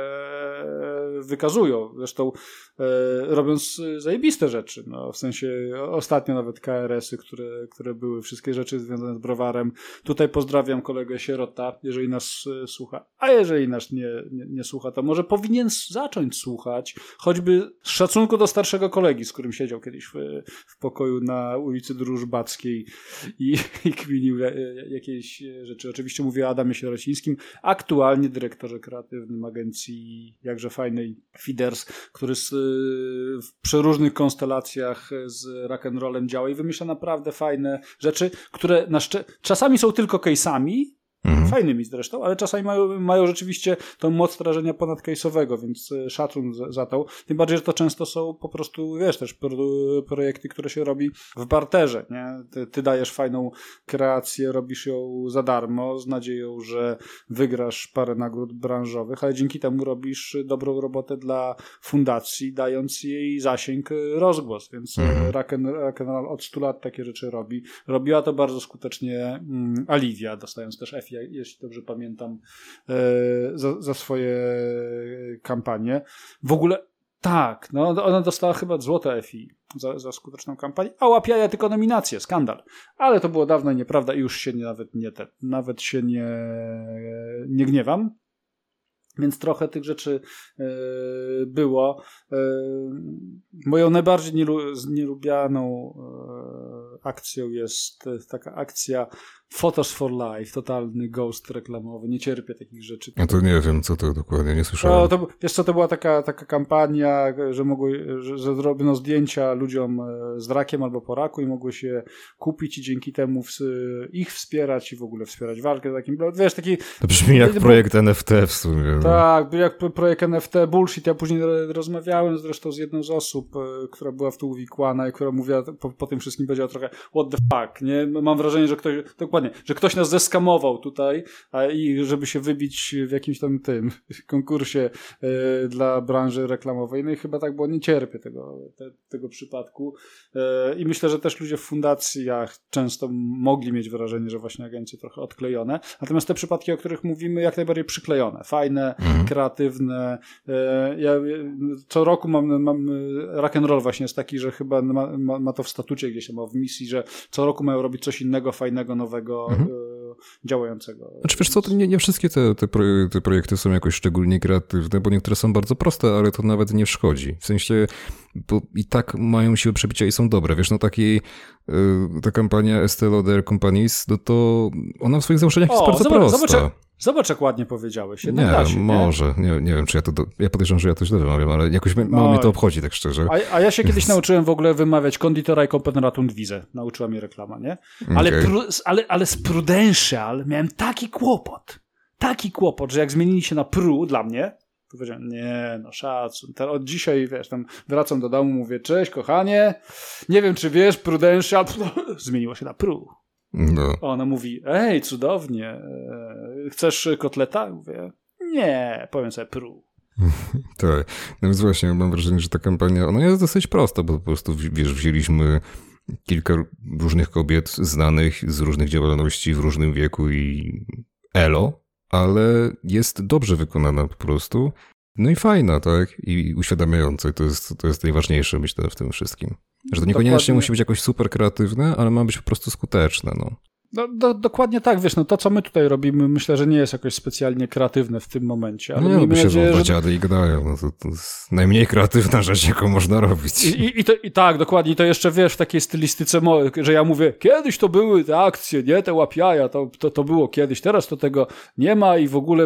wykazują. Zresztą e, robiąc zajebiste rzeczy. No, w sensie ostatnio nawet K R S-y, które, które były, wszystkie rzeczy związane z browarem. Tutaj pozdrawiam kolegę Sierota, jeżeli nas słucha. A jeżeli nas nie, nie, nie słucha, to może powinien zacząć słuchać, choćby z szacunku do starszego kolegi, z którym siedział kiedyś w, w pokoju na ulicy Drużbackiej i, i kminił jakieś rzeczy. Oczywiście mówię o Adamie Sierocińskim, aktualnie dyrektorze kreatywnym agencji jakże fajnej Feeders, który z, w przeróżnych konstelacjach z rock'n'rollem działa i wymyśla naprawdę fajne rzeczy, które na szczę- czasami są tylko case'ami, Mhm. Fajnymi zresztą, ale czasami mają, mają rzeczywiście tą moc wrażenia ponadcase'owego, więc szacun za, za to. Tym bardziej, że to często są po prostu, wiesz, też pro, projekty, które się robi w barterze, nie? Ty, ty dajesz fajną kreację, robisz ją za darmo, z nadzieją, że wygrasz parę nagród branżowych, ale dzięki temu robisz dobrą robotę dla fundacji, dając jej zasięg, rozgłos, więc mhm. Rock'n'Roll od stu lat takie rzeczy robi. Robiła to bardzo skutecznie mm, Aliwia, dostając też F I, jeśli dobrze pamiętam, e, za, za swoje kampanie. W ogóle tak, no ona dostała chyba złote F I za, za skuteczną kampanię, a Łapiaja tylko nominację, skandal. Ale to było dawno nieprawda i już się nie, nawet nie te, nawet się nie, nie gniewam. Więc trochę tych rzeczy e, było. E, moją najbardziej nielu, nielubianą e, akcją jest taka akcja Photos for Life, totalny ghost reklamowy. Nie cierpię takich rzeczy. Ja to nie wiem, co to dokładnie, nie słyszałem. No, to, wiesz co, to była taka, taka kampania, że, mogły, że, że zrobiono zdjęcia ludziom z rakiem albo po raku i mogły się kupić i dzięki temu w, ich wspierać i w ogóle wspierać walkę z takim. Wiesz, taki... To brzmi jak projekt N F T w sumie. No. Tak, jak projekt N F T bullshit. Ja później rozmawiałem zresztą z jedną z osób, która była w to uwikłana i która mówiła, po, po tym wszystkim powiedziała trochę what the fuck, nie? Mam wrażenie, że ktoś, dokładnie, że ktoś nas zeskamował tutaj a i żeby się wybić w jakimś tam tym konkursie e, dla branży reklamowej. No i chyba tak było, nie cierpię tego, te, tego przypadku. E, I myślę, że też ludzie w fundacjach często mogli mieć wrażenie, że właśnie agencje trochę odklejone. Natomiast te przypadki, o których mówimy, jak najbardziej przyklejone. Fajne, mhm. kreatywne. E, ja co roku mam, mam rock'n'roll właśnie jest taki, że chyba ma, ma, ma to w statucie gdzieś tam, ma w misji, że co roku mają robić coś innego, fajnego, nowego, mhm. e, działającego. Znaczy wiesz co, nie, nie wszystkie te, te, projekty, te projekty są jakoś szczególnie kreatywne, bo niektóre są bardzo proste, ale to nawet nie szkodzi. W sensie, bo i tak mają siłę przebicia i są dobre. Wiesz, no taki y, ta kampania Estée Lauder Companies, no to ona w swoich założeniach o, jest bardzo zobacz, prosta. Zobacz, Zobacz, jak ładnie powiedziałeś. Nie, da się, może. Nie? Nie, nie wiem, czy ja to... Do... Ja podejrzewam, że ja to źle wymawiam, ale jakoś no, mało mnie to obchodzi, tak szczerze. A, a ja się kiedyś nauczyłem w ogóle wymawiać konditora i kompetenrat und wize. Nauczyła mnie reklama, nie? Ale, okay. pru, ale, ale z Prudential miałem taki kłopot. Taki kłopot, że jak zmienili się na Pru dla mnie, to powiedziałem, nie, no szacun. Od dzisiaj, wiesz, tam wracam do domu, mówię, cześć, kochanie, nie wiem, czy wiesz, Prudential zmieniło się na Pru. No. Ona mówi, ej, cudownie, chcesz kotleta? Mówię, nie, powiem sobie Pru. Tak, no więc właśnie mam wrażenie, że ta kampania, ona jest dosyć prosta, bo po prostu, wiesz, wzięliśmy kilka różnych kobiet znanych z różnych działalności w różnym wieku i elo, ale jest dobrze wykonana po prostu, no i fajna, tak, i uświadamiająca, i to jest, to jest najważniejsze, myślę, w tym wszystkim. Że to niekoniecznie Dokładnie. Musi być jakoś super kreatywne, ale ma być po prostu skuteczne, no. No, do, dokładnie tak, wiesz, no to co my tutaj robimy, myślę, że nie jest jakoś specjalnie kreatywne w tym momencie. Ale no nie, bo się nadzieję, że... dziady i gadają, no to, to jest najmniej kreatywna rzecz, jaką można robić. I, i, i, to, i tak, dokładnie, i to jeszcze, wiesz, w takiej stylistyce, że ja mówię, kiedyś to były te akcje, nie, te łapiaja, to, to, to było kiedyś, teraz to tego nie ma i w ogóle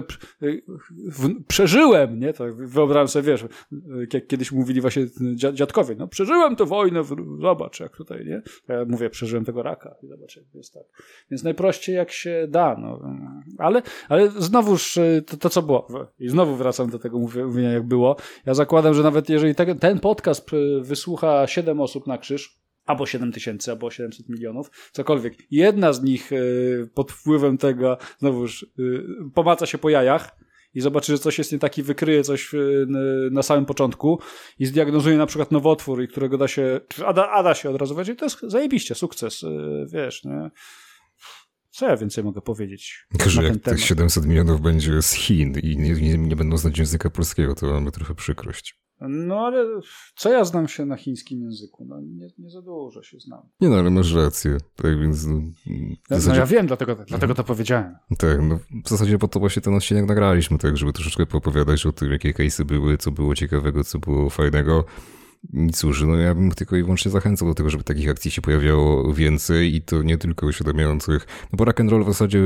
w, przeżyłem, nie, to wyobrażam sobie, wiesz, jak kiedyś mówili właśnie dziadkowie, no przeżyłem tę wojnę, zobacz, jak tutaj, nie, ja mówię, przeżyłem tego raka, i zobacz, jak jest tak. Więc najprościej jak się da. No. Ale, ale znowuż to, to co było. I znowu wracam do tego mówienia jak było. Ja zakładam, że nawet jeżeli te, ten podcast wysłucha siedem osób na krzyż, albo siedem tysięcy, albo siedemset milionów, cokolwiek. Jedna z nich pod wpływem tego znowuż pomaca się po jajach i zobaczy, że coś jest nie taki, wykryje coś na samym początku i zdiagnozuje na przykład nowotwór, i którego da się, a da, a da się od razu wiedzieć, to jest zajebiście, sukces, wiesz, nie? Co ja więcej mogę powiedzieć że na ten jak temat? Tych siedemset milionów będzie z Chin i nie, nie, nie będą znać języka polskiego, to mamy trochę przykrość. No ale co ja znam się na chińskim języku? No nie, nie za dużo się znam. Nie no, ale masz rację. Tak więc... No, w zasadzie... no ja wiem, dlatego, dlatego to powiedziałem. Tak, no w zasadzie po to właśnie ten odcinek nagraliśmy, tak, żeby troszeczkę poopowiadać o tym, jakie case'y były, co było ciekawego, co było fajnego. I cóż, no ja bym tylko i wyłącznie zachęcał do tego, żeby takich akcji się pojawiało więcej i to nie tylko uświadamiających. No bo rock'n'roll w zasadzie,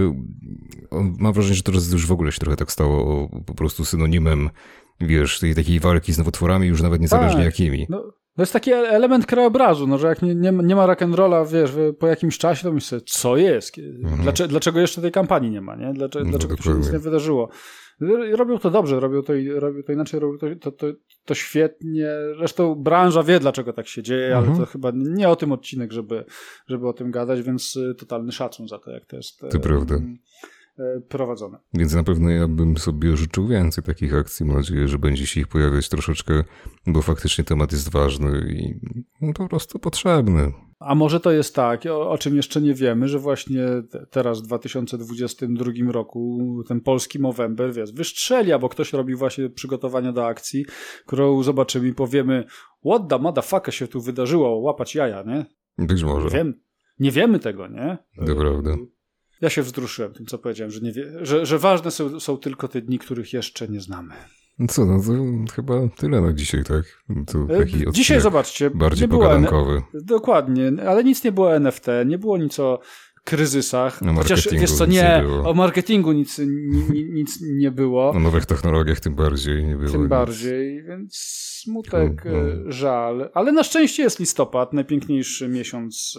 mam wrażenie, że teraz już w ogóle się trochę tak stało po prostu synonimem, wiesz, tej takiej walki z nowotworami, już nawet niezależnie tak, jakimi. No, To jest taki element krajobrazu, no, że jak nie, nie, nie ma rock'n'rolla, wiesz, po jakimś czasie, to myślę, co jest? Mhm. Dlaczego, dlaczego jeszcze tej kampanii nie ma, nie? Dlaczego, no, dlaczego to się nic nie wydarzyło? Robią to dobrze, robią to, robią to inaczej, robią to, to, to, to świetnie. Zresztą branża wie, dlaczego tak się dzieje, ale mhm. to chyba nie o tym odcinek, żeby, żeby o tym gadać, więc totalny szacun za to, jak to jest to prawda. prowadzone. Więc na pewno ja bym sobie życzył więcej takich akcji. Mam nadzieję, że będzie się ich pojawiać troszeczkę, bo faktycznie temat jest ważny i po prostu potrzebny. A może to jest tak, o, o czym jeszcze nie wiemy, że właśnie te, teraz w dwa tysiące dwudziestym drugim roku ten polski Movember, wiesz, wystrzeli, albo ktoś robi właśnie przygotowania do akcji, którą zobaczymy i powiemy, what the motherfucker się tu wydarzyło, łapać jaja, nie? Być może. Wiem, nie wiemy tego, nie? To prawda. Ja się wzruszyłem tym, co powiedziałem, że, nie wie, że, że ważne są, są tylko te dni, których jeszcze nie znamy. Co, no to chyba tyle na dzisiaj, tak? To taki dzisiaj zobaczcie. Bardziej pogadankowy. Dokładnie, ale nic nie było N F T, nie było nic o kryzysach. O Chociaż wiesz co, nie, nie o marketingu nic, nic, nic nie było. O nowych technologiach tym bardziej nie było. Tym nic. bardziej, więc smutek, no, no. żal. Ale na szczęście jest listopad, najpiękniejszy miesiąc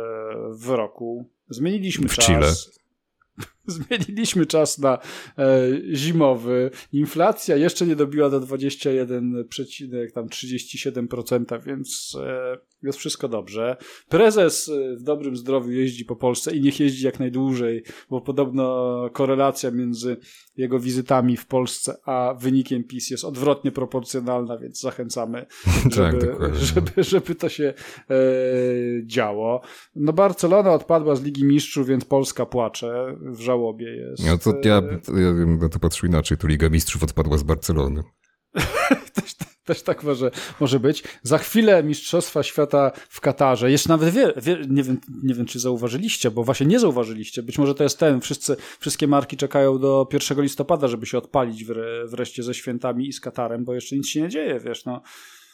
w roku. Zmieniliśmy w czas. Chile. Zmieniliśmy czas na e, zimowy. Inflacja jeszcze nie dobiła do dwadzieścia jeden przecinek trzydzieści siedem procent, więc e, jest wszystko dobrze. Prezes w dobrym zdrowiu jeździ po Polsce i niech jeździ jak najdłużej, bo podobno korelacja między jego wizytami w Polsce a wynikiem PiS jest odwrotnie proporcjonalna, więc zachęcamy, żeby, tak, żeby, żeby to się e, działo. No Barcelona odpadła z Ligi Mistrzów, więc Polska płacze, w żałobie jest. No to ja, ja na to patrzę inaczej, to Liga Mistrzów odpadła z Barcelony. też, też tak może, może być. Za chwilę Mistrzostwa Świata w Katarze. Jeszcze nawet wie, wie, nie, wiem, nie wiem, czy zauważyliście, bo właśnie nie zauważyliście. Być może to jest ten. Wszyscy, wszystkie marki czekają do pierwszego listopada, żeby się odpalić wre, wreszcie ze świętami i z Katarem, bo jeszcze nic się nie dzieje, wiesz, no.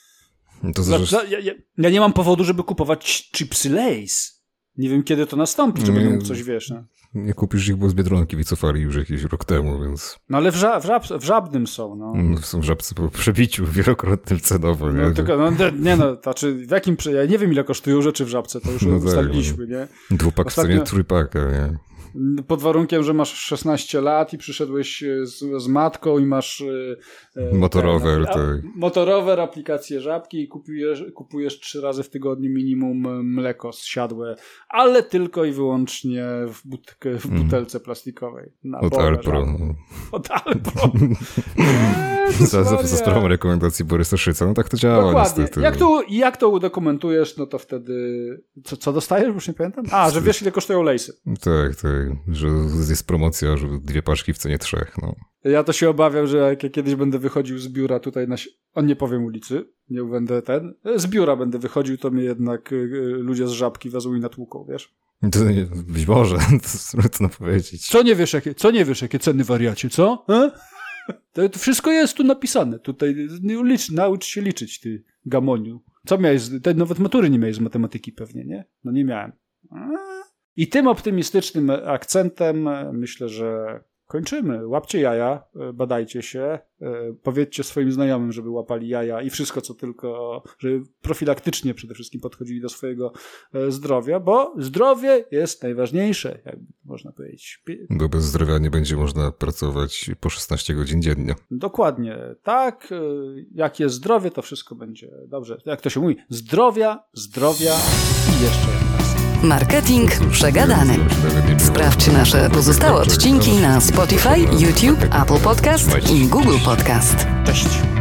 To Dla, dla, ja, ja, ja nie mam powodu, żeby kupować chipsy Lay's. Nie wiem, kiedy to nastąpi, żeby mógł coś, wiesz, no. Nie kupisz ich, bo z Biedronki wycofali już jakiś rok temu, więc... No ale w, ża- w, żab- w Żabnym są, no. no. Są w Żabce po przebiciu wielokrotnym cenowo, nie? No tylko, no nie no, znaczy w jakim... Ja nie wiem, ile kosztują rzeczy w Żabce, to już no ustaliliśmy, tak, nie? Dwupak Ostatnio... w cenie trójpaka, nie? Pod warunkiem, że masz szesnaście lat i przyszedłeś z, z matką i masz e, motorower, ten, a, motorower, aplikację Żabki i kupujesz, kupujesz trzy razy w tygodniu minimum mleko zsiadłe, ale tylko i wyłącznie w, but, w butelce mm. plastikowej. Od Alpro. Od Alpro. za, za, za sprawą rekomendacji Borysa Szyca. No tak to działa. Dokładnie. Niestety. Jak to, jak to udokumentujesz, no to wtedy... Co, co dostajesz? Już nie pamiętam. A, że wiesz, ile kosztują lejsy. Tak, tak. Że jest promocja, że dwie paczki w cenie trzech. No. Ja to się obawiam, że jak ja kiedyś będę wychodził z biura tutaj na... On nie powiem ulicy, nie będę ten... Z biura będę wychodził, to mnie jednak ludzie z Żabki wezmą i natłuką, wiesz? To nie, być może, to trudno powiedzieć. Co nie wiesz, jakie, co nie wiesz, jakie ceny wariacie, co? E? To, to wszystko jest tu napisane. Tutaj licz, naucz się liczyć, ty gamoniu. Co miałeś? Te nawet matury nie miałeś z matematyki pewnie, nie? No nie miałem. I tym optymistycznym akcentem myślę, że kończymy. Łapcie jaja, badajcie się, powiedzcie swoim znajomym, żeby łapali jaja i wszystko, co tylko, żeby profilaktycznie przede wszystkim podchodzili do swojego zdrowia, bo zdrowie jest najważniejsze, jakby można powiedzieć. Bo bez zdrowia nie będzie można pracować po szesnaście godzin dziennie. Dokładnie, tak. Jak jest zdrowie, to wszystko będzie dobrze. Jak to się mówi, zdrowia, zdrowia i jeszcze raz. Marketing przegadany. Sprawdź nasze pozostałe odcinki na Spotify, YouTube, Apple Podcast i Google Podcast. Cześć.